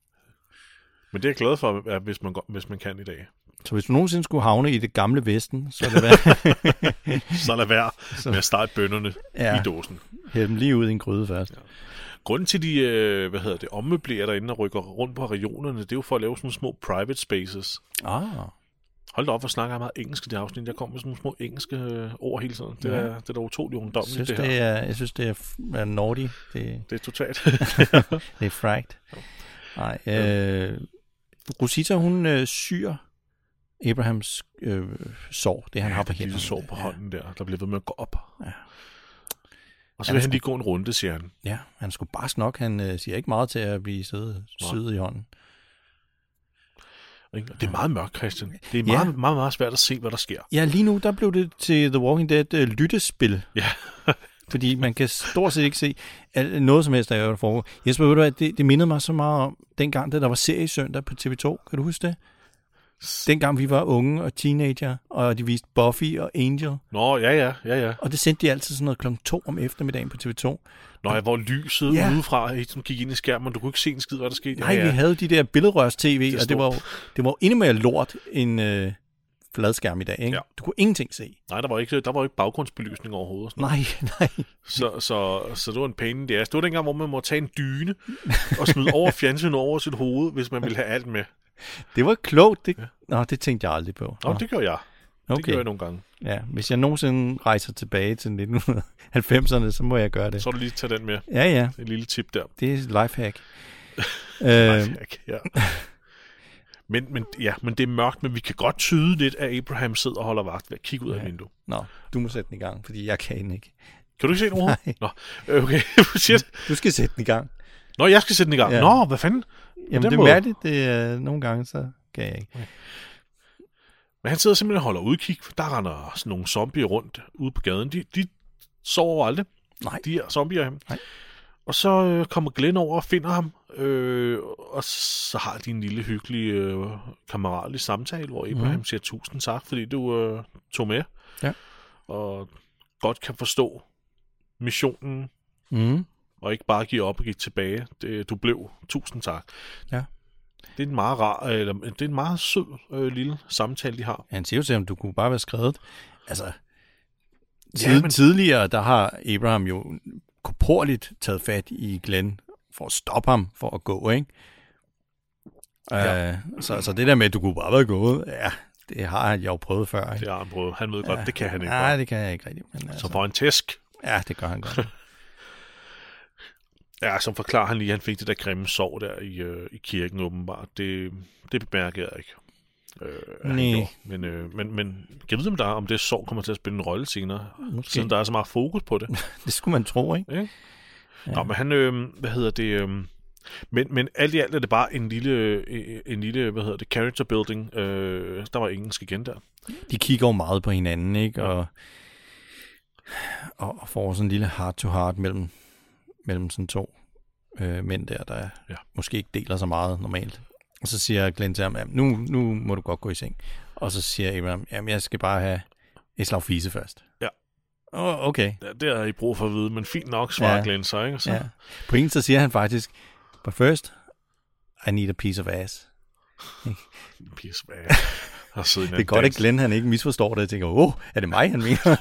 Men det er jeg glad for, at hvis man, hvis man kan i dag. Så hvis du nogensinde skulle havne i det gamle Vesten, så er det være... Så lad være med at starte bønnerne Ja. i dåsen. Hæld dem lige ud i en gryde først. Ja. Grunden til, de øh, hvad hedder det, ommøblerer derinde og rykker rundt på regionerne, det er jo for at lave sådan nogle små private spaces. Ah, Hold da op, hvor snakker jeg meget engelsk i det afsnit. Jeg kom med sådan nogle små engelske øh, ord hele tiden. Det, Ja. er, det er da utroligt jeg ungdommeligt, synes, det her. det er, jeg synes, det er, f- er naughty. Det, Det er totalt. det er frækt. Nej, øh, Rosita, hun øh, syr Abrahams øh, sår, det han Ja, har på det lille hænderne. sår på hånden der, der bliver ved med at gå op. Ja. Og så Ja, vil det han sgu- lige gå en runde, siger han. Ja, han skulle barsk nok. Han øh, siger ikke meget til at blive siddet syet i hånden. Ikke? Og det er meget mørkt, Christian. Det er Ja. meget, meget, meget svært at se, hvad der sker. Ja, lige nu, der blev det til The Walking Dead øh, lyttespil. Ja. Fordi man kan stort set ikke se at noget som helst, der er der foregår. Jesper, ved du hvad, det, det mindede mig så meget om dengang, da der var seriesøndag på T V to. Kan du huske det? Dengang vi var unge og teenager, og de viste Buffy og Angel. Nå, ja, ja, ja, ja. Og det sendte de altid sådan noget klokken to om eftermiddagen på T V to. Nå, ja, hvor lyset Ja. ja. udefra som gik ind i skærmen, og du kunne ikke se en skid, hvad der skete. Nej, ja, ja. vi havde de der billedrørs-tv, Det er og det var, jo- det var jo endnu mere lort end øh, fladskærm i dag. Ikke? Ja. Du kunne ingenting se. Nej, der var ikke, der var ikke baggrundsbelysning overhovedet. Sådan. Nej, nej. Så, så, så det var en pain in the ass. Det var dengang, hvor man må tage en dyne og smide over fjernsynet over sit hoved, hvis man ville have alt med. Det var klogt. Det, Ja. Nå, det tænkte jeg aldrig på. Nå, det gør jeg. Det Okay. gør jeg nogle gange. Ja, hvis jeg nogensinde rejser tilbage til nitten halvfemserne, så må jeg gøre det. Så vil du lige tage den med. Ja, ja. En lille tip der. Det er lifehack. øh, Lifehack, ja. Men, men, ja, men det er mørkt, men vi kan godt tyde lidt, at Abraham sidder og holder vagt ved at kigge ud af Ja. vinduet. Nå, du må sætte den i gang, fordi jeg kan den ikke. Kan du ikke se den overhovedet? Nej. Nå, okay. Shit. Du skal sætte den i gang. Nå, jeg skal sætte den i gang. Ja. Nå, hvad fanden? Jamen, den det er måde. mærkeligt. Det er, nogle gange, så kan jeg ikke. Men han sidder simpelthen og holder udkig. Der render sådan nogle zombier rundt ude på gaden. De, de sover aldrig. Nej. De her zombier. Nej. Og så øh, kommer Glenn over og finder ham. Øh, og så har de en lille hyggelig øh, kammeratlig samtale, hvor Abraham mm. siger tusind tak, fordi du øh, tog med. Ja. Og godt kan forstå missionen. Mm. Og ikke bare give op og give tilbage. Det, du blev. Tusind tak. Ja. Det er en meget rar, eller det er en meget sød øh, lille samtale, de har. Han siger jo til ham, du kunne bare være skrevet. Altså, tid, Ja, men- tidligere, der har Abraham jo korporligt taget fat i Glenn for at stoppe ham for at gå, ikke? Ja. Uh, så, så det der med, at du kunne bare være gået, ja, det har jeg jo prøvet før, ikke? Det har han prøvet. Han ved godt, ja. det kan han ikke. Nej, godt. det kan jeg ikke rigtig. Men Så altså, får en tæsk. ja, det gør han godt. Ja, så forklarer han lige, at han fik det der grimme sår der i, øh, i kirken åbenbart. Det, det bemærkede jeg ikke. Øh, at han Nej. gjorde. Men, øh, men, men jeg ved, om, der, om det sår kommer til at spille en rolle senere. Måske. Siden der er så meget fokus på det. Det skulle man tro, ikke? Ikke? Ja. Nå, men han, øh, hvad hedder det... Øh, men, men alt i alt er det bare en lille, øh, en lille hvad hedder det, character building. Øh, der var engelsk igen der. De kigger jo meget på hinanden, ikke? Og, og får sådan en lille heart-to-heart mellem, mellem sådan to øh, mænd der, der Ja. måske ikke deler så meget normalt. Og så siger Glenn til ham, ja, nu, nu må du godt gå i seng. Og så siger Abraham, jamen jeg skal bare have et slag fise først. Ja. Åh, oh, okay. Ja, det har I brug for at vide, men fint nok, svarer Ja. Glenn så, ikke? Og så, Ja. På en så siger han faktisk, but first, I need a piece of ass. Piece of ass. Og sidde i en Det er godt, at Glenn han ikke misforstår det. Jeg tænker, åh, oh, er det mig, han mener?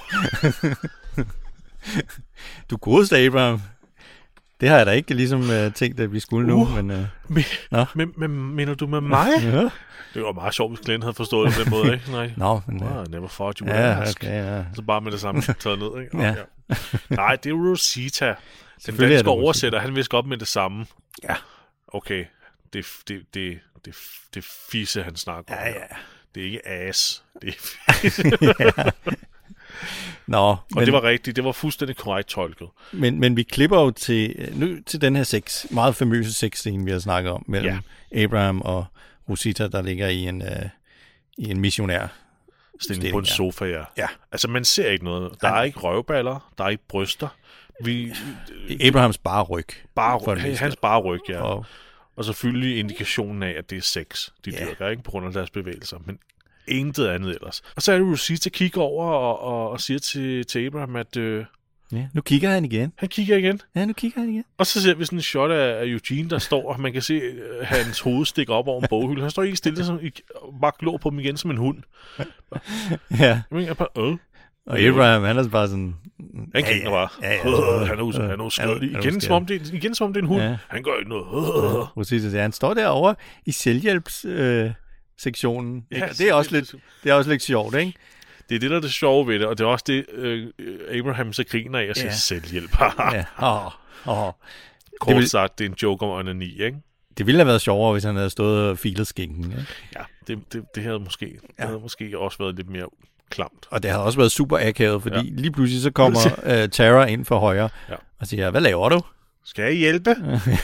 Du godeste, Abraham. Det har jeg da ikke ligesom uh, tænkt, at vi skulle nu. Uh. Men, uh, Men, Nå. men, men, mener du med mig? ja. Det var meget sjovt, hvis Glenn havde forstået det på den måde, ikke? Nej. Nå, men... Uh, Oh, never thought you would ja, ask. okay, ja. Så bare med det samme taget ned, ikke? Oh, Ja. ja. Nej, det er Rosita. Den Selvfølgelig er danske det Rosita. oversætter, han visker op med det samme. Ja. Okay, det, det, det, det, det er fisse, han snakker om. Ja, ja. Det er ikke ass. Det er fisse. Nå, Og men, det var rigtigt. Det var fuldstændig korrekt tolket. men, men vi klipper jo til, nu, til den her sex, meget famøse sexscene, vi har snakket om, mellem ja. Abraham og Rosita, der ligger i en, uh, i en missionær Stilling på en ja. sofa, ja. Ja. Altså, man ser ikke noget. Der er ikke røvballer. Der er ikke bryster. Vi, Det er Abrahams bare ryg. bare, For det han, meste. hans bare ryg, ja. Og, Og selvfølgelig indikationen af, at det er sex, de Ja. dyrker, ikke? På grund af deres bevægelser. Men intet andet ellers. Og så er det Rosita kigger over og, og, og siger til, til Abraham, at øh, ja, nu kigger han igen. han kigger igen. Ja, nu kigger han igen. Og så ser vi sådan en shot af, af Eugene, der står, og man kan se øh, hans hoved stikke op over en boghylde. Han står ikke stille, som, bare glor på dem igen som en hund. Ja, Jeg mener bare, øh. og Abraham, han er bare sådan... Han griner bare. Ja, ja. Øh, han er, us- han er uskadelig. Han er Igen, uskadelig. som om det, igen som om det er en hund. Ja. Han gør ikke noget. Øh. Rosita siger, han står derovre i selvhjælps... Øh, sektionen. Ja, Det er også lidt, det er også lidt sjovt, ikke? Det er det, der er det sjove ved det, og det er også det, øh, Abraham så griner af og siger Ja. selvhjælp. Ja. Oh, oh. Kort Det vil- sagt, det er en joke om onani, ikke? Det ville have været sjovere, hvis han havde stået og filet skinken. Ikke? Ja, det, det, det havde måske, det Ja. havde måske også været lidt mere klamt. Og det havde også været super akavet, fordi Ja. ja. lige pludselig så kommer uh, Tara ind for højre Ja. og siger, hvad laver du? Skal jeg hjælpe?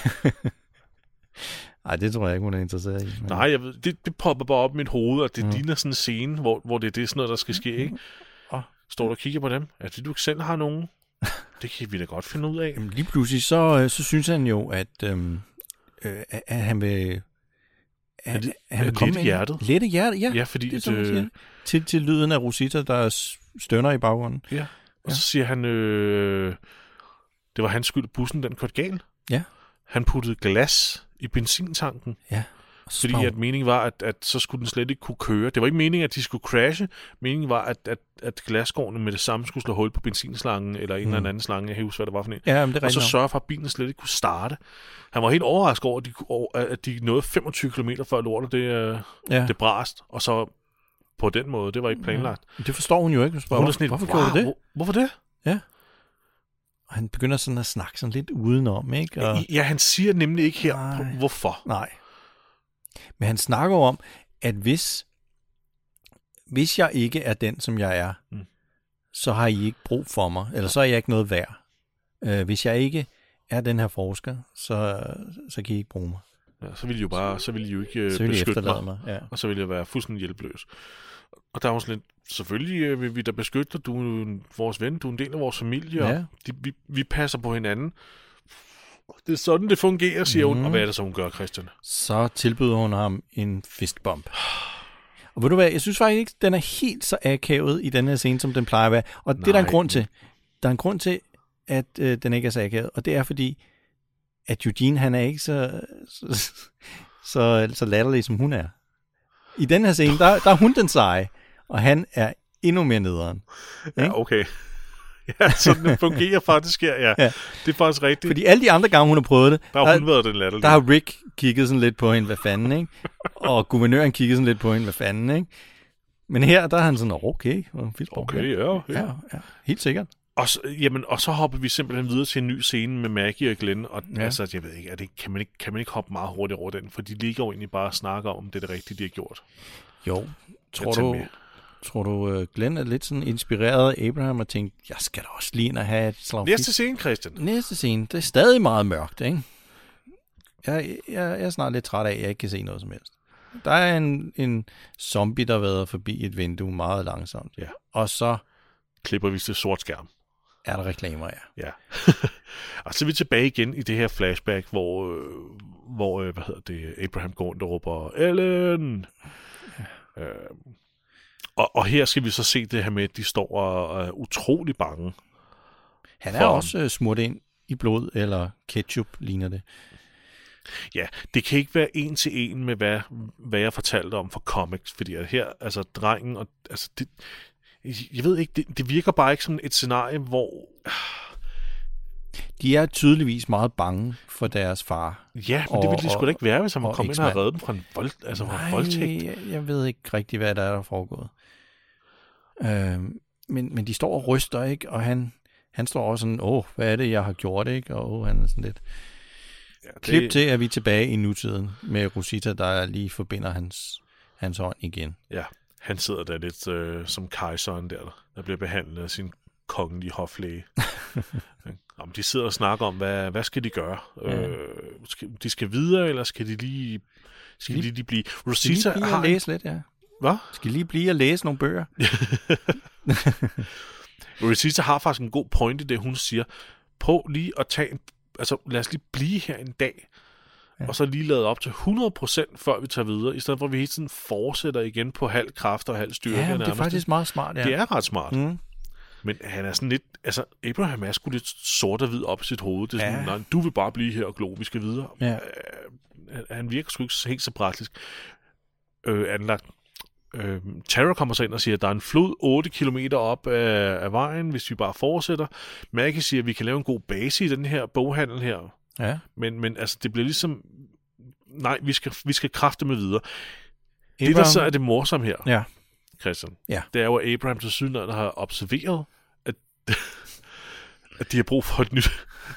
Nej, det tror jeg ikke, hun er interesseret i. Men... Nej, jeg ved, det, det popper bare op i mit hoved, og det Mm. ligner sådan en scene, hvor, hvor det er det sådan noget, der skal ske, ikke? Og står du og kigger på dem? Er det, du ikke selv har nogen? Det kan vi da godt finde ud af. Jamen, lige pludselig så, øh, så synes han jo, at, øhm, øh, at at han vil... Er det- han vil er komme lette med- hjertet? Lette hjertet, ja. Ja, fordi det er at, sådan, man øh, siger det. til, til lyden af Rosita, der s- stønner i baggrunden. Ja, og så siger han, øh, det var hans skyld, at bussen den kørte galt. Ja. Han puttede glas i benzintanken, Ja. Og så fordi står- at meningen var, at, at så skulle den slet ikke kunne køre. Det var ikke meningen, at de skulle crashe. Meningen var, at, at, at glasskårene med det samme skulle slå hul på benzinslangen, eller en Mm. eller anden slange, jeg kan ikke huske, hvad det var for en. Ja, men det er Og så rigtigt. sørge for, at bilen slet ikke kunne starte. Han var helt overrasket over, at de, kunne- over, at de nåede femogtyve kilometer før lortet, det, øh, Ja. det brast. Og så på den måde, det var ikke planlagt. Det forstår hun jo ikke. Hun spørger, Hun er sådan lidt, hvorfor gjorde du det? "Hvor- Hvorfor det? Og han begynder sådan at snakke sådan lidt udenom, ikke? Og, Ja, han siger nemlig ikke her, Nej. på- hvorfor. nej. Men han snakker jo om, at hvis, hvis jeg ikke er den, som jeg er, Mm. så har I ikke brug for mig, eller så er jeg ikke noget værd. Øh, hvis jeg ikke er den her forsker, så, så kan I ikke bruge mig. Ja, så ville I jo bare, så ville I jo ikke øh, Så vil I beskytte efterlade mig, mig. Ja. og så ville jeg være fuldstændig hjælpeløs. Og der er også lidt, selvfølgelig øh, vil vi da beskytte dig, du er jo en- vores ven, du er en del af vores familie, Ja. og de, vi, vi passer på hinanden. Det er sådan, det fungerer, siger mm. hun. Mhm. Og hvad er det så, hun gør, Christian? Så tilbyder hun ham en fistbump. Og ved du hvad, jeg synes faktisk ikke, den er helt så akavet i den her scene, som den plejer at være. Og det er der en Nej. grund til. Der er en grund til, at øh, den ikke er så akavet. Og det er fordi, at Eugene, han er ikke så, så, så, så latterlig, som hun er. I den her scene, der, der er hun den seje, og han er endnu mere nederen. Ja, okay. Ja, sådan det fungerer faktisk her, ja. Ja. Det er faktisk rigtigt. Fordi alle de andre gange, hun har prøvet det, der har hun været den latterlige. der har Rick kigget sådan lidt på hende, hvad fanden, ikke? Og guvernøren kigget sådan lidt på hende, hvad fanden, ikke? Men her, der er han sådan, okay, Okay, ja, ja. ja, ja, helt sikkert. Og så, jamen, og så hopper vi simpelthen videre til en ny scene med Maggie og Glenn, og ja. Ja. altså, jeg ved ikke, er det, kan, man ikke, kan man ikke hoppe meget hurtigt over den, for de ligger jo egentlig bare og snakker om, det er det rigtige, de har gjort. Jo, tror Jeg tager du, med. tror du, uh, Glenn er lidt sådan inspireret af Abraham og tænkte, jeg skal da også lige ind og have et slag Næste scene, Christian. Næste scene, det er stadig meget mørkt, ikke? Jeg, jeg, jeg er snart lidt træt af, at jeg ikke kan se noget som helst. Der er en, en zombie, der vader forbi et vindue meget langsomt. Ja. Og så Klipper vi til sort skærm. er der reklamer, ja. Ja. Og så er vi tilbage igen i det her flashback, hvor, øh, hvor øh, hvad hedder det, Abraham går rundt og råber, Ellen! Ja. Øh, Og, og her skal vi så se det her med, at de står og er utrolig bange. Han er for, også uh, smurt ind i blod, eller ketchup, ligner det. Ja, det kan ikke være en til en med, hvad, hvad jeg fortalte om for comics, fordi her, altså drengen, og, altså det, jeg ved ikke, det, det virker bare ikke som et scenarie, hvor... De er tydeligvis meget bange for deres far. Ja, men og, det ville de sgu da ikke være, hvis han var kommet ind og reddet dem fra en, vold, altså Nej, fra en voldtægt. Jeg, jeg ved ikke rigtig, hvad der er, der er foregået. Øh, men, men de står og ryster, ikke? Og han, han står også sådan, åh, hvad er det, jeg har gjort, ikke? Og åh, han er sådan lidt... Ja, det... Klip til, at vi er tilbage i nutiden med Rosita, der lige forbinder hans, hans hånd igen. Ja, han sidder der lidt øh, som kejseren der, der bliver behandlet af sin kongelige hoflæge. Jamen, de sidder og snakker om, hvad, hvad skal de gøre? Ja. Øh, skal, de skal videre, eller skal de lige, skal de, lige blive... Rosita skal lige blive har... og læse lidt, ja. Hvad? Skal lige blive og læse nogle bøger. Rosita har faktisk en god point i det, hun siger. Prøv lige at tage en... Altså, lad os lige blive her en dag, ja. Og så lige lade op til hundrede procent, før vi tager videre, i stedet for, at vi hele tiden fortsætter igen på halv kraft og halv styrke. Ja, det er faktisk meget smart, ja. Det er ret smart. Mm. Men han er sådan lidt... Altså, Abraham er sgu lidt sort og hvid op i sit hoved. Det er sådan, ja. nej, du vil bare blive her og glo, vi skal videre. Ja. Uh, han virker sgu ikke helt så praktisk øh, anlagt. Øh, Tara kommer så ind og siger, at der er en flod otte kilometer op af, af vejen, hvis vi bare fortsætter. Maggie siger, at vi kan lave en god base i den her boghandel her. Ja. Men, men altså, det bliver ligesom... Nej, vi skal, vi skal kræfte med videre. Abraham... Det, der så er det morsomme her, ja. Christian, ja. det er jo, at Abraham til sydenlandet har observeret, at, at de har brug for et nyt...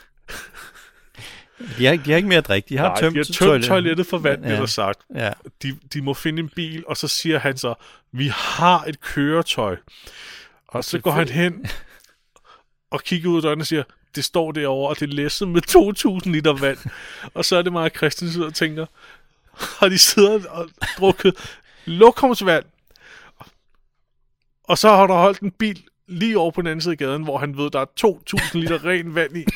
De har, de har ikke mere at drikke. De har Nej, tømt, de har tømt toilet. toilettet for vand, ja. Der sagt. Ja. De, de må finde en bil, og så siger han så, vi har et køretøj. Og så går han hen og kigger ud af døren og siger, det står derovre, og det er læsset med to tusind liter vand. Og så er det meget Christian sidder og tænker, har de siddet og drukket lokumsvand? Og så har der holdt en bil lige over på den anden side af gaden, hvor han ved, der er to tusind liter ren vand i.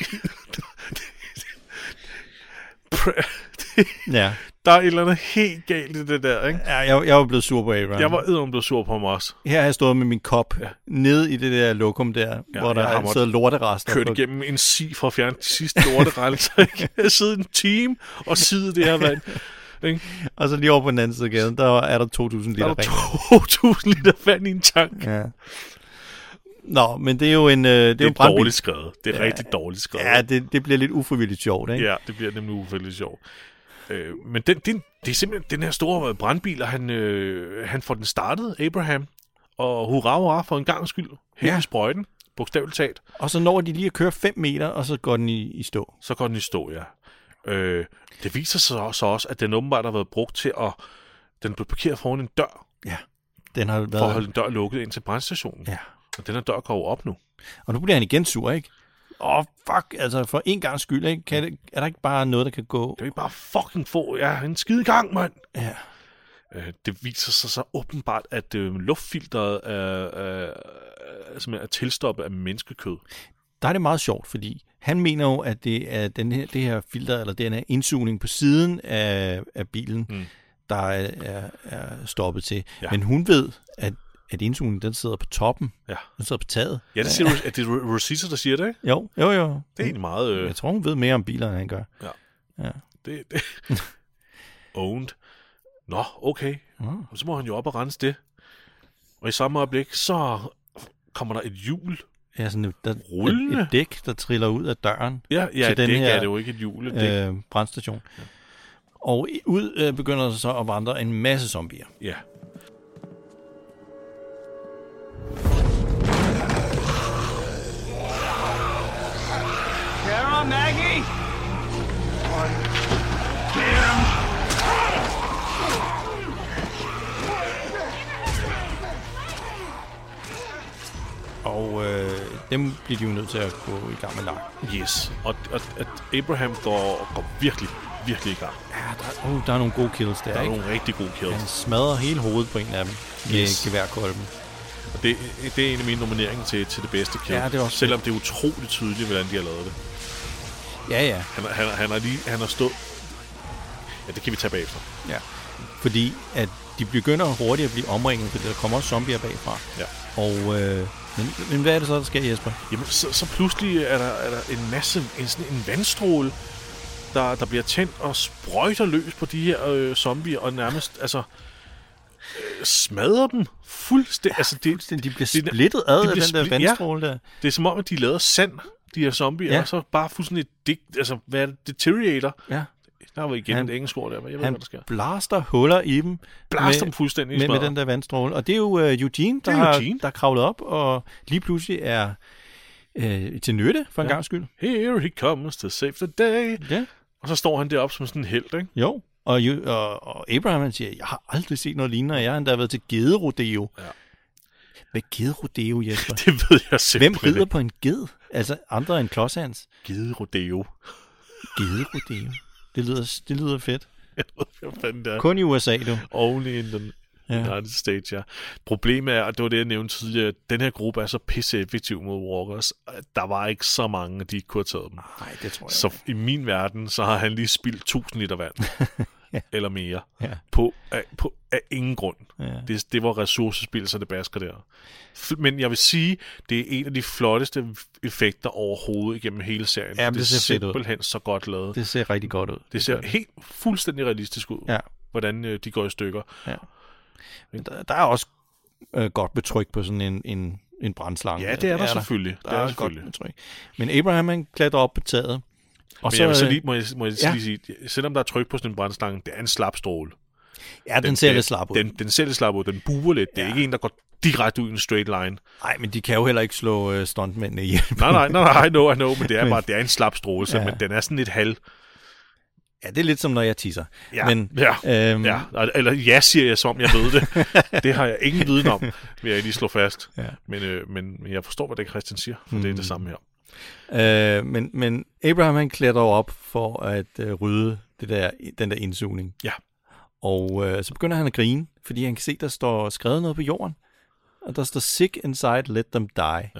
Ja. Der er et eller andet helt galt i det der, ikke? Ja, jeg, jeg var blevet sur på Abraham. Jeg var eddermame blevet sur på ham også. Her har jeg stået med min kop ja. nede i det der lokum der, ja, hvor der er sidder lorterester. Kørt igennem en si for at fjerne de sidste lorterester. Jeg har siddet en time og siddet det her vand. Ikke? Og så lige over på den anden side af gaden, der er der to tusind liter vand. Der er to tusind liter vand i en tank. Ja. Nå, men det er jo en øh, det, det er, er jo dårligt skrevet. Det er ja, rigtig dårligt skrevet. Ja, det, det bliver lidt ufrivilligt sjovt, ikke? Ja, det bliver nemlig ufrivilligt sjovt. Øh, men den, den, det er simpelthen den her store brandbil, og han, øh, han får den startet, Abraham, og hurra, hurra for en gang skyld. Helt ja. I sprøjten, bogstaveligt talt. Og så når de lige at køre fem meter, og så går den i, i stå. Så går den i stå, ja. Øh, det viser sig så også, at den åbenbart har været brugt til at... Den blev parkeret foran en dør. Ja. Den har været... For at holde en dør lukket ind til brandstationen. Ja. Og den her dør går op nu. Og nu bliver han igen sur, ikke? Åh, oh, fuck, altså for en gang skyld, ikke? Kan det, er der ikke bare noget, der kan gå? Kan vi bare fucking få ja, en skide gang, mand? Ja. Øh, det viser sig så åbenbart, at øh, luftfilteret er, er, er, er tilstoppet af menneskekød. Der er det meget sjovt, fordi han mener jo, at det er den her, det her filter, eller den her indsugning på siden af, af bilen, mm. der er, er, er stoppet til. Ja. Men hun ved, at at indsugningen, den sidder på toppen. Ja. Den sidder på taget. Ja, det siger, ja. Er det Rosita, der siger det, ikke? Jo, jo, jo. Det er egentlig meget... Øh... Jeg tror, hun ved mere om biler, end han gør. Ja. Ja. Det, det... Owned. Nå, okay. Mm. Og så må han jo op og rense det. Og i samme øjeblik, så kommer der et hjul. Ja, sådan et, der, rullende. Et, et dæk, der triller ud af døren. Ja, ja et den dæk her, er det jo ikke et hjul. Et dæk. Øh, brandstation. Ja. Og ud øh, begynder der så at vandre en masse zombier. Ja. Tara, Maggie! One. Get him! Og øh, dem bliver de jo nødt til at gå i gang med lag. Yes. Og at, at Abraham går, går virkelig, virkelig i gang. Ja, der, oh, der er nogle gode kills der, Der er ikke? nogle rigtig gode kills. Han smadrer hele hovedet på en af dem med yes. geværkolben. Og det, det er en af mine nomineringer til, til det bedste kill. Ja, det er også selvom det er utroligt tydeligt, hvordan de har lavet det. Ja, ja. Han, han, han har lige han har stået... Ja, det kan vi tage bagefter. Ja, fordi at de begynder hurtigt at blive omringet, for der kommer også zombier bagfra. Ja. Og, øh, men, men hvad er det så, der sker, Jesper? Jamen, så, så pludselig er der, er der en masse, en, sådan en vandstråle, der, der bliver tændt og sprøjter løs på de her øh, zombier, og nærmest, altså, øh, smadrer dem fuldstændig. Ja, altså, det, fuldstændig. De bliver det, splittet ad de af bliver den der split- vandstråle ja, der. det er som om, at de laver sand, de her zombier, Ja. og så bare fuldstændig digt, altså, hvad er det? Deteriorator. Ja. Der var igen Han- et engelsk ord der, men jeg ved Han hvad der sker. blaster huller i dem Blaster med, dem fuldstændig i med, med smadret. den der vandstråle. Og det er jo uh, Eugene, der, er har, Eugene. der er kravlet op, og lige pludselig er øh, til nytte for en Ja. gang skyld. Here he comes to save the day. Ja. Og så står han deroppe som sådan en helt, ikke? Jo, og, ju- og, og Abraham han siger, jeg har aldrig set noget lignende, og jeg har endda været til gederodeo. Ja. Hvad er gederodeo, Jesper? Det ved jeg Hvem simpelthen rider på en ged? Altså andre end Klodshands? Gide rodeo. Gederodeo. Det lyder, det lyder fedt. Jeg ved ikke, hvad fanden det er. Kun i U S A, du. Only in the Ja. United States, ja. Problemet er, og det var det, jeg nævnte tidligere, at den her gruppe er så pisse effektiv mod walkers, at der var ikke så mange, at de ikke kunne have taget dem. Nej, det tror jeg. Så i min verden, så har han lige spildt tusind liter vand. Ja. Eller mere. Ja. På, af, på, af ingen grund. Ja. Det, det var ressourcespil, så det basker der. F- Men jeg vil sige, det er en af de flotteste effekter overhovedet igennem hele serien. Ja, men det, det er ser fedt ud. simpelthen så godt lavet. Det, Det ser rigtig godt ud. det ser helt fuldstændig realistisk ud, Ja. hvordan øh, de går i stykker. Ja. Men der, der er også øh, godt betryk på sådan en, en, en brandslange. Ja, det er der selvfølgelig. Der Det er er, der er godt selvfølgelig. betryk. Men Abraham, han klatrer op på taget. Og Men så, jeg vil så øh, lige, må jeg, må jeg ja. lige sige, selvom der er tryk på sådan en brandslange, det er en slap stråle. ja, den, ser lidt slap ud. Den, den ser lidt slap ud. Den buer lidt. Det er Ja. ikke en, der går direkte ud i en straight line. Nej, men de kan jo heller ikke slå øh, stuntmændene ihjel. Nej, nej, nej, nej, I know, I know, men det er Men- bare, det er en slap stråle, så, Ja. men den er sådan lidt halv. Ja, det er lidt som, når jeg tisser. Ja, Men, ja, øhm, ja. Eller ja, siger jeg, som om jeg ved det. Det har jeg ingen viden om, vil jeg lige slå fast. Ja. Men, øh, men, men jeg forstår, hvad det Christian siger, for Mm. det er det samme her. Øh, men, men Abraham, han klatrer jo op for at øh, rydde det der, den der indsugning. Ja. Og øh, så begynder han at grine, fordi han kan se, der står skrevet noget på jorden. Og der står, sick inside, let them die. Ja.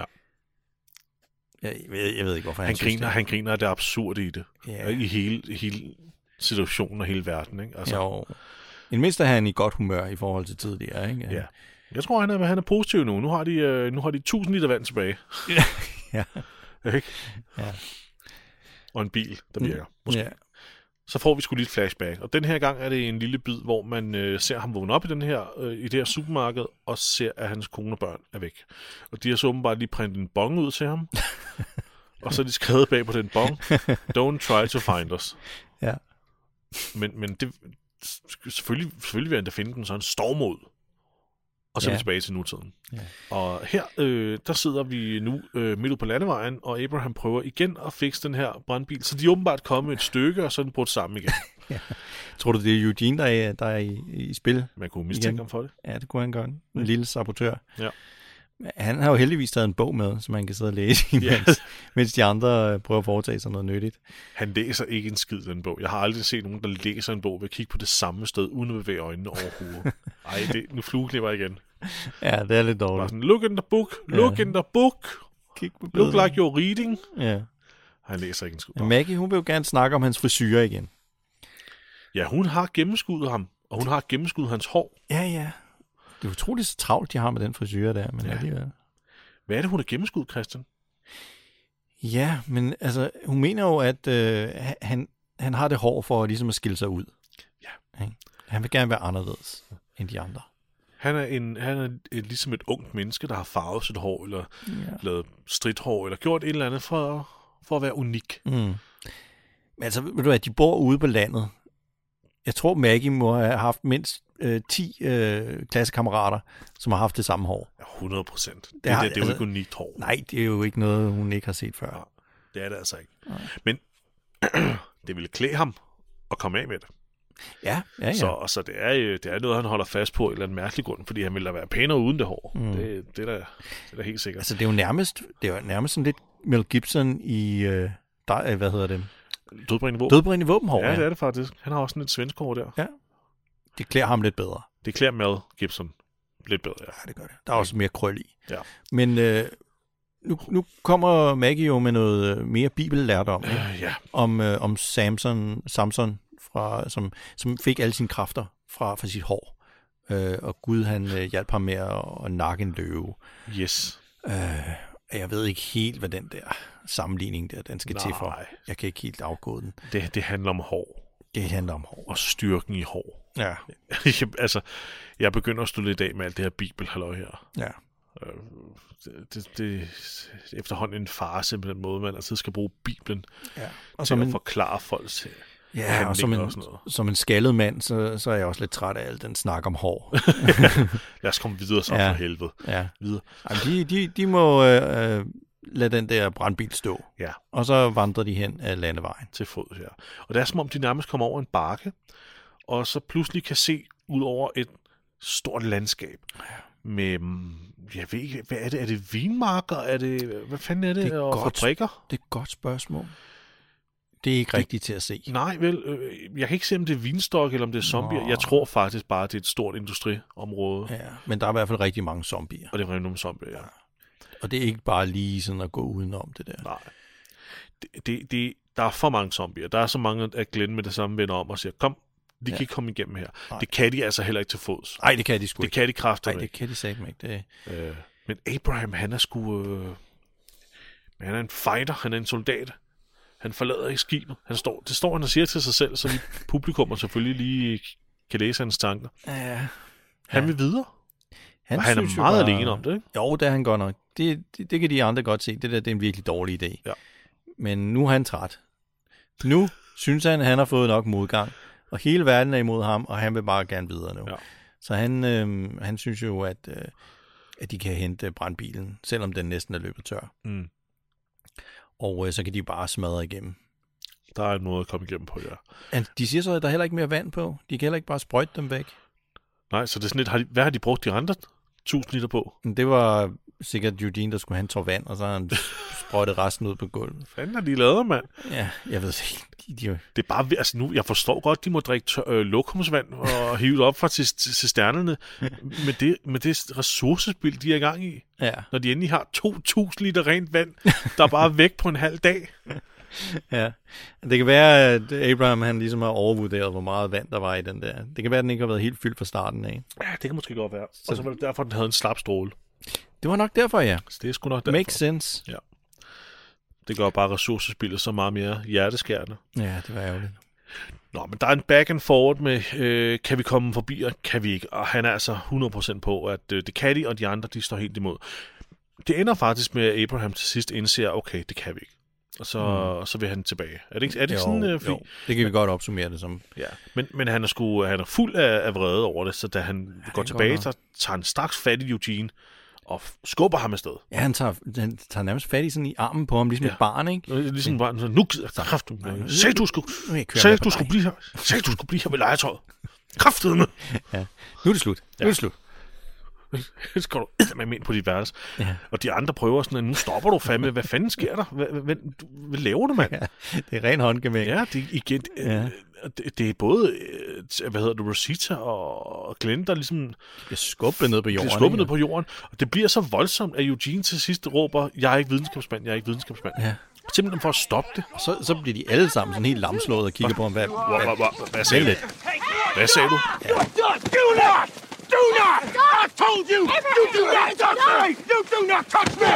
Jeg, jeg, ved, jeg ved ikke, hvorfor han, Han synes griner, det. han griner af det absurde i det. Ja. I hele, i hele situationen og hele verden. Ikke? Altså, Jo. I det mindste er han i godt humør i forhold til tidligere, ikke? ja. Jeg tror, han er, han er positiv nu. Nu har de, øh, nu har de tusind liter vand tilbage. Ja. Ikke? Ja. Og en bil, der virker. Måske. Ja. Så får vi sgu lige et flashback. Og den her gang er det en lille bid, hvor man øh, ser ham vågne op i, den her, øh, i det her supermarked, og ser, at hans kone og børn er væk. Og de har så åbenbart lige printet en bong ud til ham. Og så er de skrevet bag på den bong, don't try to find us. Ja. Men, men det, selvfølgelig, selvfølgelig vil han da finde den, så han stormer ud. Og så er Ja. vi tilbage til nutiden. Ja. Og her, øh, der sidder vi nu øh, midt ude på landevejen, og Abraham prøver igen at fikse den her brandbil. Så de er åbenbart kommet et stykke, og så er den brudt sammen igen. Tror du, det er Eugene, der er, der er i, i spil? Man kunne mistænke Igen. ham for det. Ja, det kunne han gøre. En lille sabotør. Ja. Han har jo heldigvis taget en bog med, som man kan sidde og læse i, Ja. mens, mens de andre øh, prøver at foretage sig noget nyttigt. Han læser ikke en skid den bog. Jeg har aldrig set nogen, der læser en bog ved at kigge på det samme sted, uden at bevæge øjnene overhovedet. Ej, det, nu flueklipper jeg igen. Ja, det er lidt Bare dårligt. sådan, look in the book, look Ja. in the book, Kig på look billederne. like you're reading. Ja. Han læser ikke en skid. Men Maggie, hun vil jo gerne snakke om hans frisyrer igen. Ja, hun har gennemskuddet ham, og hun har gennemskuddet hans hår. Ja, ja. Det er utroligt så travlt, de har med den frisyr der, men Ja. ja. alligevel. Hvad er det, hun har gennemskuddet, Christian? Ja, men altså, hun mener jo, at øh, han, han har det hår for ligesom at skille sig ud. Ja. Ikke? Han vil gerne være anderledes end de andre. Han er, en, han er et, ligesom et ungt menneske, der har farvet sit hår, eller Ja. lavet stridthår, eller gjort et eller andet for, for at være unik. Mm. Men altså, ved du hvad, de bor ude på landet. Jeg tror, Maggie må have haft mindst øh, ti øh, klassekammerater, som har haft det samme hår. Ja, hundrede procent. Det, Det har- det, det er jo altså- ikke unikt hår. Nej, det er jo ikke noget, hun ikke har set før. Ja, det er det altså ikke. Men det ville klæde ham at komme af med det. Ja, ja, ja. Så, og så det er, øh, det er noget, han holder fast på i en eller anden mærkelig grund, fordi han ville da være pænere uden det hår. Mm. Det, det, er da, det er da helt sikkert. Altså, det er jo nærmest, det er jo nærmest sådan lidt Mel Gibson i, øh, der, øh, hvad hedder det? Dødbringende våben. Dødbringende våbenhår. Ja, det er det faktisk. Han har også sådan et svensk hår der. Ja. Det klæder ham lidt bedre. Det klæder Mel Gibson lidt bedre, ja. Ja, det gør det. Der er også mere krøl i. Ja. Men øh, nu, nu kommer Maggie jo med noget øh, mere bibellærdom ikke? Øh, ja. om, øh, om Samson, Samson fra, som, som fik alle sine kræfter fra, fra sit hår. øh, og Gud han øh, hjalp ham med at, at nakke en løve. Yes. Øh, jeg ved ikke helt, hvad den der sammenligning der, den skal Nej. til for. Jeg kan ikke helt afgå den. Det, det handler om hår. Det handler om hår. Og styrken i hår. Ja. altså, jeg begynder at stå lidt af med alt det her bibelhalløj her. Ja. Øh, det, det, det er efterhånden en farce med den måde, man altid skal bruge Bibelen Ja. og til at en, forklare folks ja, og som en, og som en skaldet mand, så, så er jeg også lidt træt af al den snak om hår. Lad os komme videre så ja. for helvede. Ja. Videre. Jamen, de, de, de må øh, lade den der brandbil stå. Ja. Og så vandrer de hen ad landevejen. Til fod, ja. Og det er som om, de nærmest kommer over en bakke, og så pludselig kan se ud over et stort landskab. Ja. Med, jeg ved ikke, hvad er det? Er det vinmarker? Er det, hvad fanden er det? det er og godt, fabrikker? Det er et godt spørgsmål. Det er ikke det, rigtigt til at se. Nej, vel, øh, jeg kan ikke se, om det er vinstok, eller om det er zombier. Nå. Jeg tror faktisk bare, det er et stort industriområde. Ja, men der er i hvert fald rigtig mange zombier. Og det er rigtig nogle zombier, ja. Og det er ikke bare lige sådan at gå udenom det der. Nej. Det, det, det, der er for mange zombier. Der er så mange, at Glenn med det samme vender om og siger, kom, de ja. kan ikke komme igennem her. Nej. Det kan de altså heller ikke til fods. Nej, det kan de sgu Det ikke. kan de kræfter Nej, det kan de sagde ikke. Det... Øh, men Abraham, han er sgu... Øh, han er en fighter, han er en soldat. Han forlader ikke skibet. Han står, det står han og siger til sig selv, så vi publikummer selvfølgelig lige kan læse hans tanker. Ja. Han vil videre. Han, og han er meget bare... alene om det, ikke? Jo, det er han godt nok. Det, det, det kan de andre godt se. Det der det er en virkelig dårlig idé. Ja. Men nu er han træt. Nu synes han, at han har fået nok modgang. Og hele verden er imod ham, og han vil bare gerne videre nu. Ja. Så han, øh, han synes jo, at, øh, at de kan hente brandbilen, selvom den næsten er løbet tør. Mm. Og øh, så kan de bare smadre igennem. Der er noget at komme igennem på, ja. De siger så, at der er heller ikke mere vand på. De kan heller ikke bare sprøjte dem væk. Nej, så det er sådan lidt, har de, hvad har de brugt de andre tusind liter på? Det var sikkert Eugene, der skulle have en tår vand, og så har han sprøjtet resten ud på gulvet. Hvad fanden har de lavet, mand? Ja, jeg ved ikke. De, de... Det er bare, altså nu, jeg forstår godt, de må drikke tør, øh, lokumsvand og hive det op fra cisternerne, men det, med det ressourcespil, de er i gang i, ja. Når de endelig har to tusind liter rent vand, der er bare væk på en halv dag. Ja, det kan være, at Abraham han ligesom har overvurderet, hvor meget vand der var i den der. Det kan være, at den ikke har været helt fyldt fra starten af. Ja, det kan måske godt være. Så... Og så var det derfor, den havde en slap stråle. Det var nok derfor, ja. Så det er sgu nok derfor. Makes sense. Ja. Det gør bare ressourcespillet så meget mere hjerteskærende. Ja, det var ærgerligt. Nå, men der er en back and forward med, øh, kan vi komme forbi, og kan vi ikke? Og han er altså hundrede procent på, at øh, det kan de, og de andre, de står helt imod. Det ender faktisk med, at Abraham til sidst indser, okay, det kan vi ikke. Og så, mm. så vil han tilbage. Er det ikke, er det jo, sådan øh, fint? Jo, det kan vi godt opsummere det som. Ja, men, men han er sgu, han er fuld af, af vrede over det, så da han ja, går tilbage, så tager han straks fat i Eugene og skubber ham afsted. Ja, han tager, han tager nærmest fat i, sådan i armen på ham, ligesom ja. et barn, ikke? Ligesom barn, så nu gider jeg kraft. Sagde du skulle, sagde du skulle blive her. Sagde du skulle blive her ved legetøjet. Kraftedeme. Ja, nu er det slut. Nu er det slut. Så skal du eddermame ind på dit værelse. Ja. Og de andre prøver sådan, at nu stopper du fandme. Hvad fanden sker der? Hvad, hvad, hvad laver du, mand? Ja, det er ren håndgemæng. Ja, det, igen, ja. Det, det er både, hvad hedder det, Rosita og Glenn, der ligesom bliver skubbet ned på jorden. Bliver skubbet ned på jorden. Og det bliver så voldsomt, at Eugene til sidst råber, jeg er ikke videnskabsmand, jeg er ikke videnskabsmand. Ja. Simpelthen for at stoppe det. Og så, så bliver de alle sammen sådan helt lamslået og kigger på ham. Hvad, hvad, hvad, hvad, hvad sagde du? Hvad sagde du? Ja. Do not! Do not! I told you! You do not touch me! You do not touch me!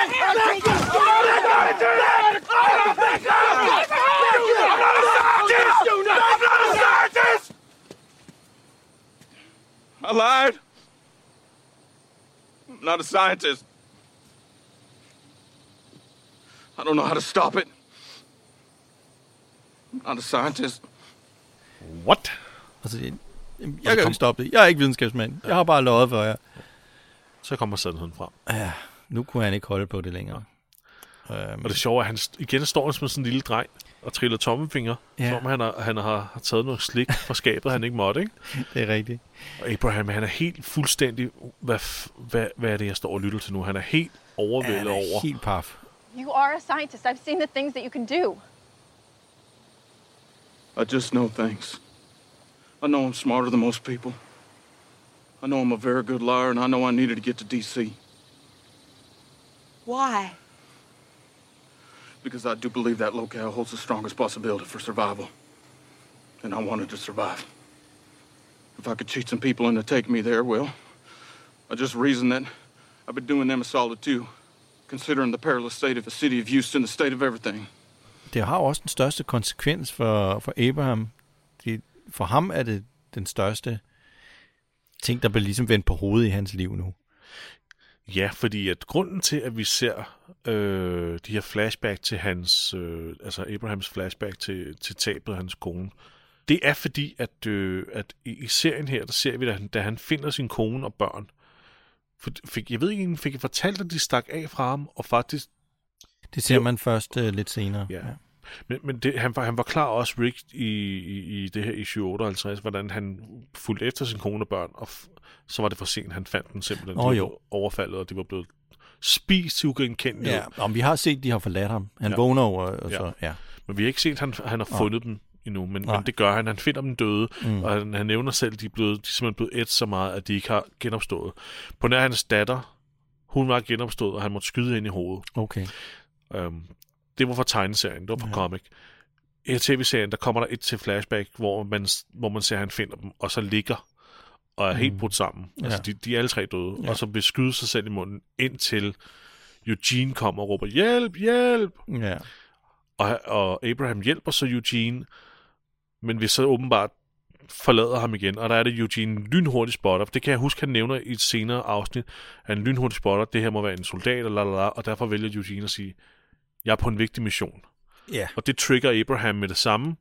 I lied. I'm not a scientist. I don't know how to stop it. I'm not a scientist. What? Altså, jeg, jeg kan jo ikke stoppe det. Jeg er ikke videnskabsmand. Jeg har bare løjet for jer. Så kommer sandheden frem. Ja, nu kunne han ikke holde på det længere. Ja. Um, og det sjove er, at han igen står som sådan en lille dreng og triller tommelfinger, ja. Som han, har, han har, har taget noget slik fra skabet, han ikke måtte, ikke? Det er rigtigt. Og Abraham, han er helt fuldstændig... Hvad, hvad, hvad er det, jeg står og lytter til nu? Han er helt overvældet over... Han er helt paf. You are a scientist. I've seen the things that you can do. I just know things. I know I'm smarter than most people. I know I'm a very good liar, and I know I needed to get to D C. Why? Because I do believe that locale holds the strongest possibility for survival. And I wanted to survive. If I could cheat some people into taking me there, well, I just reason that I've been doing them a solid too, considering the perilous state of the city of Houston, the state of everything. Det har jo også den største konsekvens for, for Abraham. Det, for ham er det den største ting, der bliver ligesom vendt på hovedet i hans liv nu. Ja, fordi at grunden til, at vi ser øh, de her flashback til hans, øh, altså Abrahams flashback til, til tabet af hans kone, det er fordi, at, øh, at i, i serien her, der ser vi, da han, da han finder sin kone og børn, for, fik, jeg ved ikke, fik jeg fortalt, at de stak af fra ham, og faktisk... Det ser man først øh, lidt senere. Ja. ja. Men, men det, han, var, han var klar også, Rick, i, i, i det her issue otteoghalvtreds, hvordan han fulgte efter sin kone og børn, og f- så var det for sent, han fandt den simpelthen. Oh, de jo. var overfaldet, og de var blevet spist til ugenkendelighed. Ja, om vi har set, de har forladt ham. Han ja. vågner over, og så, ja. ja. Men vi har ikke set, at han, han har fundet oh. dem endnu, men, men det gør han. Han finder dem døde, mm. og han, han nævner selv, at de er, blevet, de er simpelthen blevet ædt så meget, at de ikke har genopstået. På nær hans datter, hun var genopstået, og han måtte skyde hende i hovedet. Okay. Um, det var fra tegneserien, det var fra ja. comic. I tv-serien, der kommer der et til flashback, hvor man, hvor man ser, at han finder dem, og så ligger og er mm. helt brudt sammen. Ja. Altså, de, de er alle tre døde, ja. og så vil skyde sig selv i munden, indtil Eugene kommer og råber, hjælp, hjælp! Ja. Og, og Abraham hjælper så Eugene, men vi så åbenbart forlader ham igen, og der er det Eugene lynhurtigt spotter. Det kan jeg huske, han nævner i et senere afsnit, at en lynhurtigt spotter, det her må være en soldat, og, lalala, og derfor vælger Eugene at sige, jeg er på en vigtig mission. Ja. Og det trigger Abraham med det samme,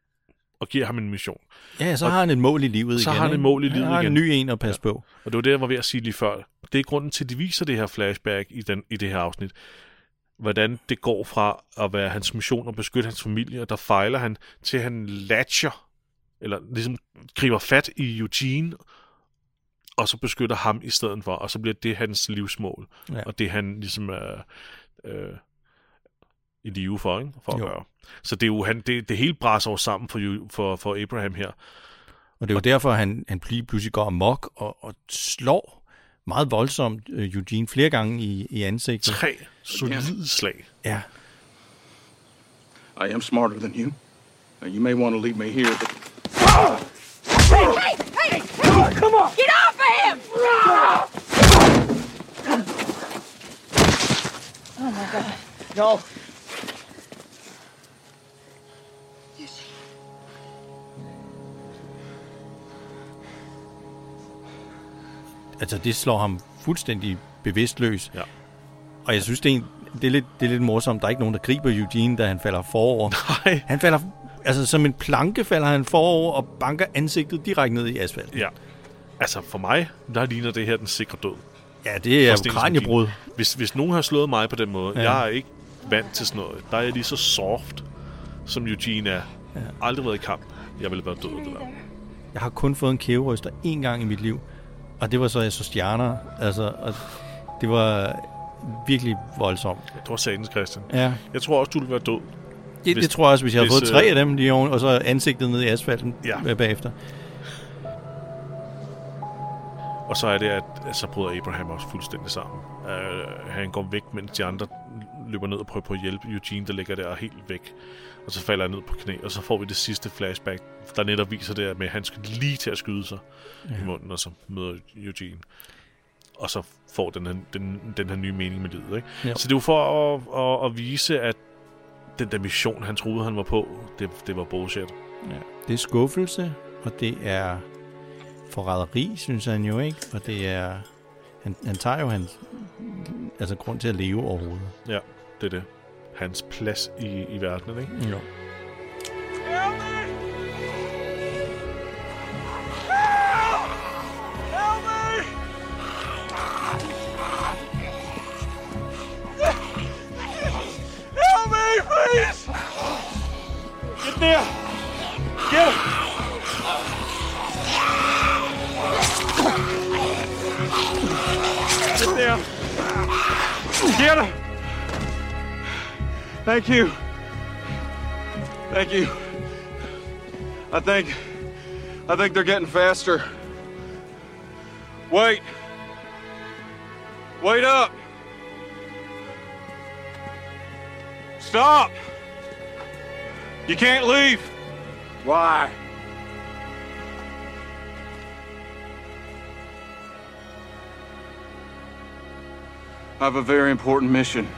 og giver ham en mission. Ja, så og har han et mål i livet så igen. Så har han et mål i livet igen. Han har en ny en at passe ja. på. Og det var det, jeg var ved at sige lige før. Det er grunden til, at de viser det her flashback i, den, i det her afsnit. Hvordan det går fra at være hans mission at beskytte hans familie, og der fejler han, til han latcher, eller ligesom griber fat i Eugene, og så beskytter ham i stedet for, og så bliver det hans livsmål. Ja. Og det han ligesom er øh, i live for, ikke? for at jo. gøre. Så det er jo, han, det, det hele braser over sammen for, for, for Abraham her. Og det er jo derfor, han, han pludselig går amok og, og slår meget voldsomt uh, Eugene flere gange i, i ansigtet. Tre solide slag. Ja. I am smarter than you. You may want to leave me here, but... Hey, hey, hey! Hey! Come on! Get off of him! Oh, my God. No. Altså, det slår ham fuldstændig bevidstløs. Ja. Og jeg synes, det er, en, det, er lidt, det er lidt morsomt. Der er ikke nogen, der griber Eugene, da han falder forover. Nej. Han falder, altså som en planke falder han forover og banker ansigtet direkte ned i asfalten. Ja. Altså, for mig, der ligner det her den sikre død. Ja, det er jo kraniebrud. Hvis, hvis nogen har slået mig på den måde, ja. jeg er ikke vant til sådan noget. Der er jeg lige så soft, som Eugene er. Ja. Aldrig været i kamp. Jeg ville være død det der. Jeg har kun fået en kæveryster én gang i mit liv. Og det var så, jeg så stjerner. Altså, og det var virkelig voldsomt. Det var satans, Christian. Ja. Jeg tror også, du ville være død. Det, hvis, det tror jeg også, hvis jeg hvis, havde fået tre af dem lige oven, og så ansigtet ned i asfalten ja. bagefter. Og så er det, at så bryder Abraham også fuldstændig sammen. Uh, han går væk, mens de andre løber ned og prøver på at hjælpe Eugene, der ligger der helt væk. Og så falder han ned på knæ, og så får vi det sidste flashback, der netop viser det med, at han skal lige til at skyde sig ja. i munden, og så møder Eugene. Og så får den her, den, den her nye mening med livet. Ikke? Ja. Så det er jo for at, at, at vise, at den der mission, han troede, han var på, det, det var bullshit. Ja. Det er skuffelse, og det er forræderi, synes han jo, ikke? Og det er... Han, han tager jo hans altså grund til at leve overhovedet. Ja, det er det. Hans plads i, i verdenen, ikke? Jo. Get there! Get him! Get there! Get him! Thank you. Thank you. I think... I think they're getting faster. Wait! Wait up! Stop! You can't leave! Why? I have a very important mission.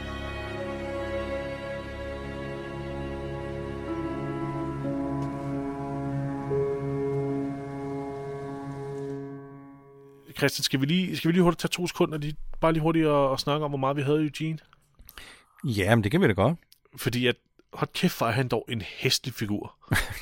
Christian, skal vi lige, skal vi lige hurtigt tage to sekunder, lige, bare lige hurtigt og, og snakke om, hvor meget vi havde Eugene? Ja, men det kan vi da godt. Fordi at, hold kæft, var han dog en hæslig figur.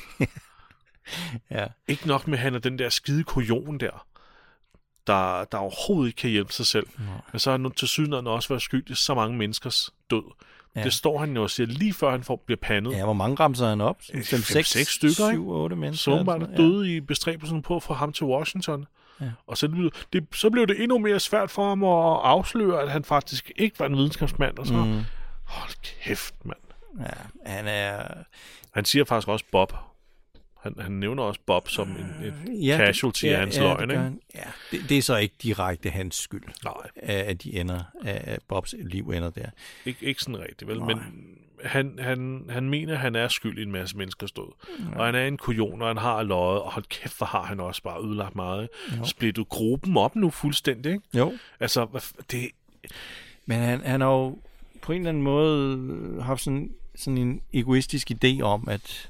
Ja. Ikke nok med, at han er den der skide kujon der, der, der overhovedet ikke kan hjælpe sig selv. Nej. Men så har han nu til sydenlandet også været skyld i så mange menneskers død. Ja. Det står han jo og siger, lige før han får, bliver pandet. Ja, hvor mange ramser han op? fem seks stykker, syv otte mennesker. Så var der døde ja. i bestræbelsen på at få ham til Washington. Ja. Og så, det, så blev det endnu mere svært for ham at afsløre, at han faktisk ikke var en videnskabsmand. Og så, mm. hold kæft, mand. Ja, han er... Han siger faktisk også Bob. Han, han nævner også Bob som en, en ja, casualty ja, af hans ja, løgn, det ikke? Ja, det, det er så ikke direkte hans skyld, Nej. At de ender, at Bobs liv ender der. Ik- ikke sådan rigtigt, vel? Nej. Men han, han, han mener, at han er skyld i en masse menneskers død. Ja. Og han er en kujon, og han har løjet, og hold kæft, hvor har han også bare ødelagt meget. Splittet gruppen op nu fuldstændig, ikke? Jo. Altså, det... Men han, han har jo på en eller anden måde haft sådan, sådan en egoistisk idé om, at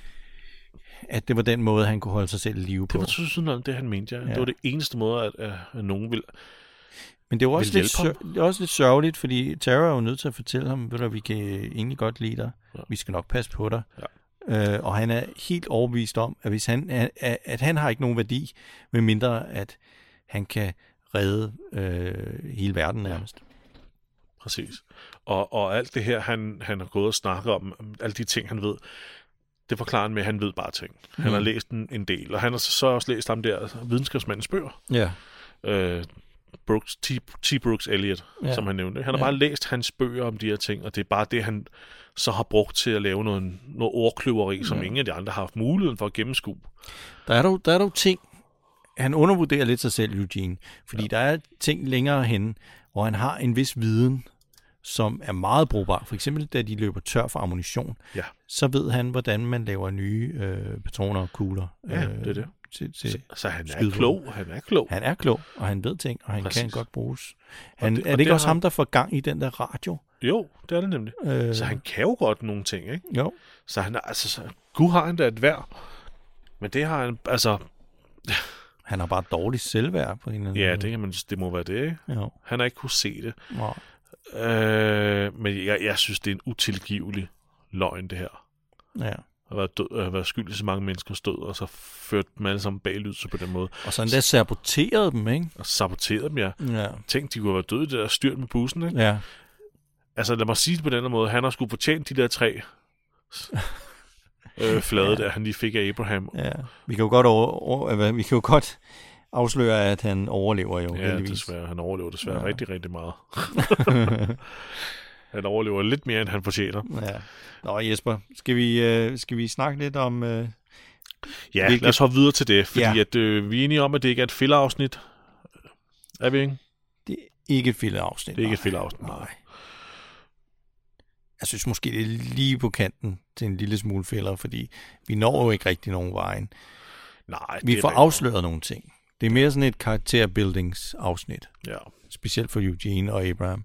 at det var den måde, han kunne holde sig selv i live på. Det var sådan det, han mente, ja. ja. Det var det eneste måde, at, at, at nogen ville Men det var også lidt, sør- det er også lidt sørgeligt, fordi Tara er jo nødt til at fortælle ham, ved du, vi kan egentlig godt lide dig. Ja. Vi skal nok passe på dig. Ja. Øh, og han er helt overbevist om, at, hvis han, at, at han har ikke nogen værdi, medmindre at han kan redde øh, hele verden nærmest. Præcis. Og, og alt det her, han, han har gået og snakket om, alle de ting, han ved, det forklarer han med, at han ved bare ting. Han mm. har læst en, en del, og han har så også læst ham der videnskabsmandens bøger. Ja. Øh, Brooks, T. T. Brooks Eliot, ja. som han nævnte. Han har ja. bare læst hans bøger om de her ting, og det er bare det, han så har brugt til at lave noget, noget ordkløveri, som ja. ingen af de andre har haft muligheden for at gennemskue. Der er dog, der er dog ting, han undervurderer lidt sig selv, Eugene, fordi ja. der er ting længere henne, hvor han har en vis viden, som er meget brugbar. For eksempel, da de løber tør for ammunition, ja. så ved han, hvordan man laver nye øh, patroner og kugler. Ja, øh, det er det. Til, til så, så han er klog. Han er klog. Han er klog, og han ved ting, og han Præcis. kan godt bruges. Han, det, er det ikke også ham, der får gang i den der radio? Jo, det er det nemlig. Øh, så han kan jo godt nogle ting, ikke? Jo. Så han er, altså, så, gud har han da et værd. Men det har han, altså... Han har bare dårligt selvværd på en eller anden Ja, måde. det, kan man, det må være det, ikke? Jo. Han har ikke kunne se det. Nej. Øh, men jeg, jeg synes, det er en utilgivelig løgn, det her. Ja. At være, død, at være skyld i så mange menneskers død, og så ført dem alle sammen bag lyset på den måde. Og så endda saboterede dem, ikke? Og saboterede dem, ja. ja. Tænk, de kunne have været døde i det der styrt med bussen, ikke? Ja. Altså, lad mig sige det på den måde. Han har sgu fortjent de der tre øh, flade, ja. der han lige fik af Abraham. Ja. Vi kan jo godt, over, over, vi kan jo godt afsløre, at han overlever jo. Ja, heldigvis. desværre. Han overlever desværre ja. rigtig, rigtig meget. Han overlever lidt mere, end han fortjener. Ja. Nå, Jesper, skal vi, øh, skal vi snakke lidt om... Øh, ja, hvilket... lad os hoppe videre til det, fordi ja. at, øh, vi er enige om, at det ikke er et filler-afsnit. Er vi ikke? Det er ikke et filler-afsnit. Det er ikke et filler-afsnit. Nej. Jeg synes måske, det er lige på kanten til en lille smule filler, fordi vi når jo ikke rigtig nogen vejen. Nej, vi får afsløret nogle ting. Det er mere sådan et karakterbuildingsafsnit. Ja. Specielt for Eugene og Abraham.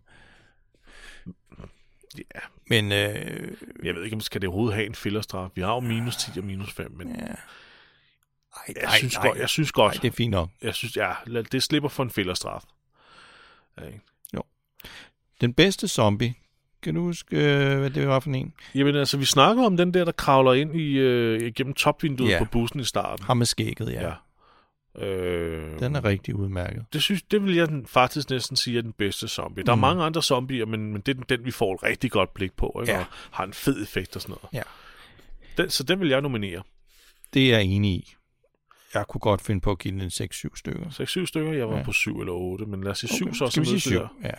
Ja. Men øh, jeg ved ikke, om skal det overhovedet have en fillerstraf. Vi har jo minus ti og minus fem, men ja. Ej, jeg, ej, synes ej, godt, jeg synes godt. Ej, det er fint nok. Jeg synes, ja, det slipper for en fillerstraf. Ja, jo. Den bedste zombie. Kan du huske, hvad det var for en? Jamen altså, vi snakker om den der, der kravler ind i øh, gennem topvinduet ja. på bussen i starten. Ham med skægget, ja. ja. Øh, den er rigtig udmærket. Det synes, det vil jeg faktisk næsten sige er den bedste zombie. Der mm. er mange andre zombier, men, men det er den, vi får et rigtig godt blik på, ikke? Ja. Og har en fed effekt og sådan noget. Ja. Den, så den vil jeg nominere. Det er jeg enig i. Jeg kunne godt finde på at give den en seks syv stykker. seks syv stykker? Jeg var ja. på syv eller otte, men lad os sige syv okay. så. Skal vi sige syv? Ja.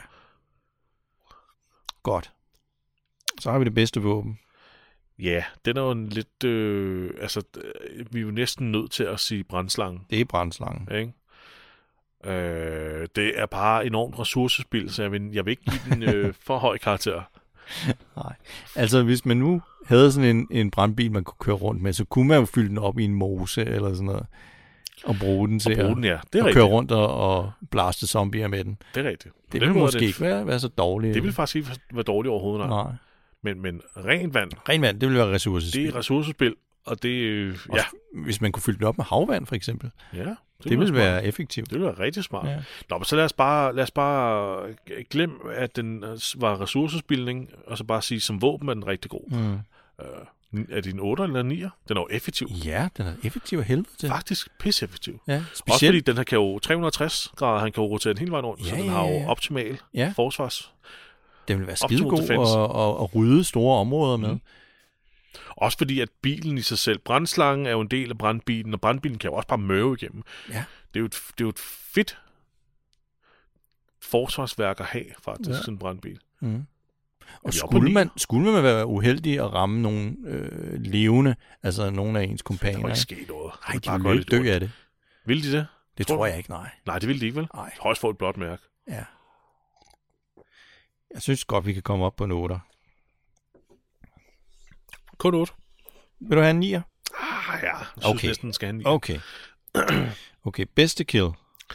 Godt. Så har vi det bedste våben. Ja, den er jo en lidt... Øh, altså, vi er jo næsten nødt til at sige brandslangen. Det er brandslangen. Ikke? Øh, det er bare enormt ressourcespil, så jeg vil, jeg vil ikke give den øh, for høj karakter. Nej. Altså, hvis man nu havde sådan en, en brandbil, man kunne køre rundt med, så kunne man jo fylde den op i en mose eller sådan noget. Og bruge den til Og bruge den, ja. Det er at rigtigt. køre rundt og, og blaste zombier med den. Det er rigtigt. Det Den vil måde måske det- ikke være, være så dårligt. Det vil faktisk ikke være dårligt overhovedet, nej. Nej. Men, men rent vand, Ren vand, det vil være ressourcespil. det er ressourcespil, og det øh, ja, Også, hvis man kunne fylde det op med havvand, for eksempel. ja, Det, det ville ville smart. være effektivt. Det ville være rigtig smart. Ja. Nå, men så lad os bare, lad os bare glemme, at den var ressourcespildning, og så bare sige, som våben er den rigtig god. Mm. Øh, er det en otter eller en nier? Den er jo effektiv. Ja, den er effektiv af helvede til. Faktisk pisseeffektiv. Ja, Også fordi specielt. den her kan jo tre hundrede og tres grader, han kan jo rotere den hele vejen rundt, Ja, så den ja, har jo ja. optimal Ja. forsvars. Den vil være optimal skidegod defense. og, og, og rydde store områder med. Mm. Også fordi, at bilen i sig selv, brandslangen er jo en del af brandbilen, og brandbilen kan jo også bare møve igennem. Ja. Det er jo et, det er jo et fedt forsvarsværk at have, faktisk, Ja. sådan en brandbil. Mm. vi Og oppe på skulle ni? man, skulle man være uheldig at ramme nogle øh, levende, altså nogle af ens Der kompaner, må ikke ikke? ske noget. Ej, Det de bare vil gå jo lidt ikke dø ondt. af det. Vil de det? Det Tror tror du? jeg ikke, nej. Nej, det vil de ikke, vel? Nej. Højst få et blåt mærke. Ja. Jeg synes godt, vi kan komme op på en otter. Kun otte. Vil du have en nier? Ah, ja. Jeg synes Okay. næsten, den skal have ni. Okay. Okay, bedste kill.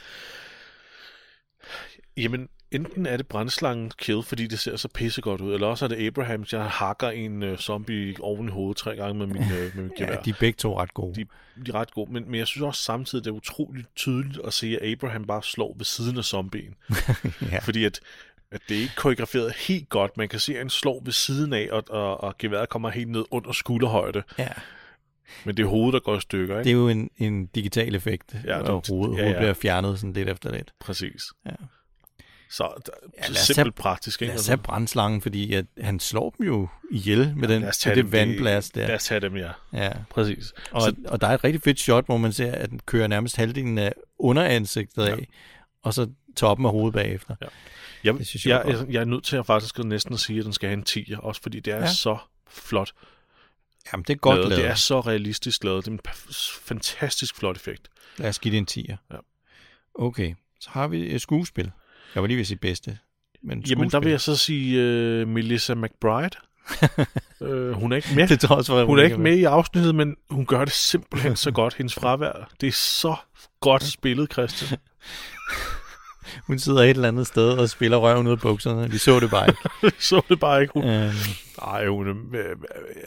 Jamen, enten er det brandslangen kill, fordi det ser så pissegodt ud, eller også er det Abrahams, jeg hakker en uh, zombie oven i hovedet tre gange med min, uh, med min gevær. Ja, de er begge to ret gode. De, de er ret gode, men, men jeg synes også samtidig, det er utroligt tydeligt at se, at Abraham bare slår ved siden af zombien. Ja. Fordi at, at det er ikke koreograferet helt godt. Man kan se, at han slår ved siden af, og, og, og geværet kommer helt ned under skulderhøjde. Ja. Men det er hovedet, der går i stykker, ikke? Det er jo en, en digital effekt, Ja, ja, det- og hovedet, ja, hovedet ja. bliver fjernet sådan lidt efter lidt. Præcis. Ja. Så ja, lad os simpelt tage- praktisk, ikke? Lad os tage brandslangen, fordi at han slår dem jo ihjel med, den, lad os med tage det dem. vandblast der. Lad os tage dem, ja. Ja. Præcis. Og, Så, og der er et rigtig fedt shot, hvor man ser, at den kører nærmest halvdelen af underansigtet af, Ja. og så toppen af hovedet bagefter. Ja. jeg, det synes jeg, jeg var jeg, jeg er nødt til at faktisk næsten at sige, at den skal have en tier, også fordi det er Ja. så flot Jamen, det er godt lavet. lavet. Det er så realistisk lavet. Det er en perf- fantastisk flot effekt. Lad os give det en tier. Ja. Okay, så har vi et skuespil. Jeg var lige ved at sige bedste. Men Jamen, der vil jeg så sige uh, Melissa McBride. uh, hun er ikke med. Det tror jeg, Hun er ikke med i afsnittet, men hun gør det simpelthen så godt. Hendes fravær, det er så godt spillet, Christian. Hun sidder et eller andet sted og spiller røven ud af bukserne. Vi så det bare ikke. Så det bare ikke. Hun... øhm, Ej, hun er... øh, øh,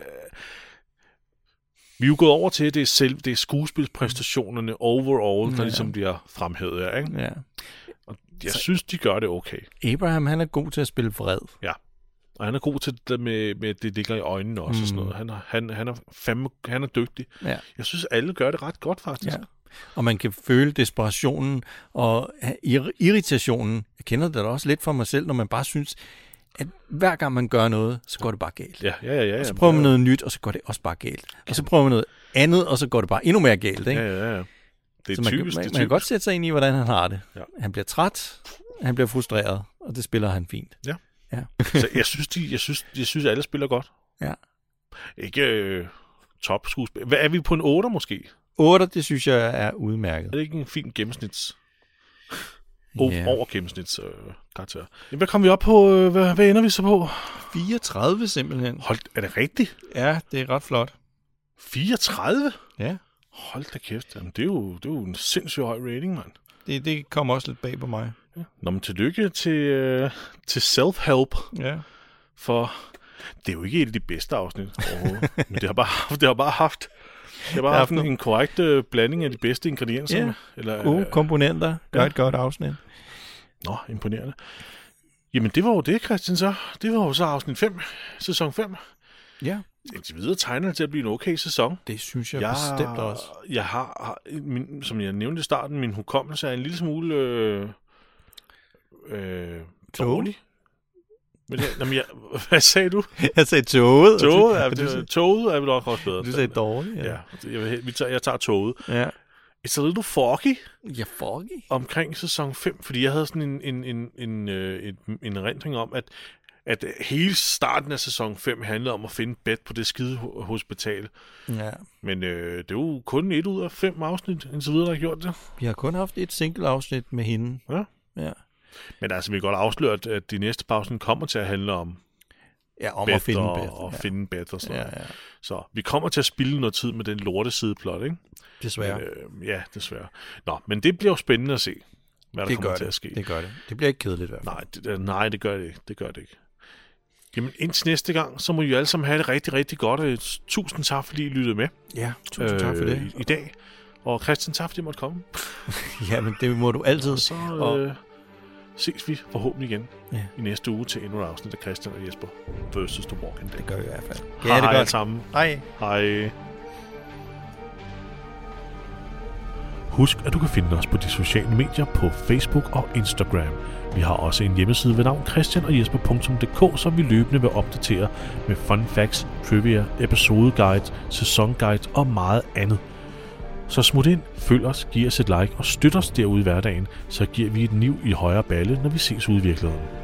Vi er jo gået over til, at det er, selv, det er skuespilspræstationerne overall, der Ja. ligesom bliver fremhævet her, ikke? ja. Og jeg synes, de gør det okay. Abraham, han er god til at spille vred. Ja. Og han er god til det med, med at det ligger i øjnene også mm. og sådan Mm. noget. Han er, han, han er fandme, han er dygtig. Ja. Jeg synes, alle gør det ret godt, faktisk. Ja. Og man kan føle desperationen og ir- irritationen. Jeg kender det da også lidt for mig selv, når man bare synes, at hver gang man gør noget, så går det bare galt. Ja, ja, ja. ja Og så jamen, prøver man ja. noget nyt, og så går det også bare galt. Og så prøver man noget andet, og så går det bare endnu mere galt. Ikke? Ja, ja, ja. Det er så man, typisk. man, det er man kan godt typisk. sætte sig ind i, hvordan han har det. Ja. Han bliver træt, han bliver frustreret, og det spiller han fint. Ja. Ja. Så jeg synes, de, jeg synes, jeg synes, alle spiller godt. Ja. Ikke øh, top skuespil. Hvad er vi på en otter måske? otte, det synes jeg er udmærket. Er det ikke en fin gennemsnits? O- Ja. Over gennemsnits øh, karakter. Jamen, hvad kommer vi op på? Øh, hvad, hvad ender vi så på? fireogtredive simpelthen. Hold, er det rigtigt? Ja, det er ret flot. fireogtredive? Ja, Hold da kæft. Jamen, det, er jo, det er jo en sindssygt høj rating, mand. det, det kommer også lidt bag på mig. Nå, men tillykke til, øh, til self-help. Ja. For det er jo ikke et af de bedste afsnit overhovedet. Men det har bare haft, det har bare haft, det har bare har haft haft en, en korrekt øh, blanding af de bedste ingredienser. Ja. Eller, Gode øh, komponenter. Gør ja. et godt afsnit. Nå, imponerende. Jamen, det var jo det, Christian, så. Det var jo så afsnit fem, sæson fem. Ja, Indtil videre tegner det til at blive en okay sæson. det synes jeg, Jeg, bestemt også. jeg har, har min, som jeg nævnte i starten, min hukommelse er en lille smule øh, øh, dårlig. Men det, jamen, jeg, hvad sagde du? Jeg sagde toget. Toget er, Du det, sagde- toget er vel nok også bedre. Du sagde dårligt. Ja, jeg, vil, vi tager, jeg tager toget. Ja. It's a little foggy Ja, foggy. omkring sæson fem, fordi jeg havde sådan en, en, en, en, øh, en, en erindring om, at, at hele starten af sæson fem handlede om at finde bed på det skide ho- hospital. Ja. Men øh, det er jo kun et ud af fem afsnit, indtil videre, der har gjort det. Vi har kun haft et single afsnit med hende. Ja. Ja. Men altså, vi kan godt afsløre, at- at de næste afsnit kommer til at handle om Ja, om Beth at finde og, Beth. og Ja. finde Beth og sådan Ja, noget. ja. Så vi kommer til at spille noget tid med den lorte sideplot, ikke? Desværre. Men, øh, ja, desværre. Nå, men det bliver jo spændende at se, hvad der Det kommer gør til det. at ske. Det gør det. Det bliver ikke kedeligt i hvert fald. Nej, det, øh, nej, det gør det ikke. Det gør det ikke. Jamen, indtil næste gang, så må I alle sammen have det rigtig, rigtig godt. Og tusind tak, fordi I lyttede med Ja, tusind tak for det. i, i dag. Og Christian, tak fordi I måtte komme. Ja, men det må du altid. Så øh, Og- ses vi forhåbentlig igen Ja. i næste uge til endnu et afsnit af Christian og Jesper versus The Walking Dead. Det gør vi i hvert fald. Hej, det hej godt. alle sammen. Hej. Hej. Husk, at du kan finde os på de sociale medier på Facebook og Instagram. Vi har også en hjemmeside ved navn christian og jesper punktum d k, som vi løbende vil opdatere med fun facts, trivia, episodeguide, sæsonguide og meget andet. Så smut ind, følg os, giv os et like og støt os derude i hverdagen, så giver vi et niv i højre balle, når vi ses ude i virkeligheden.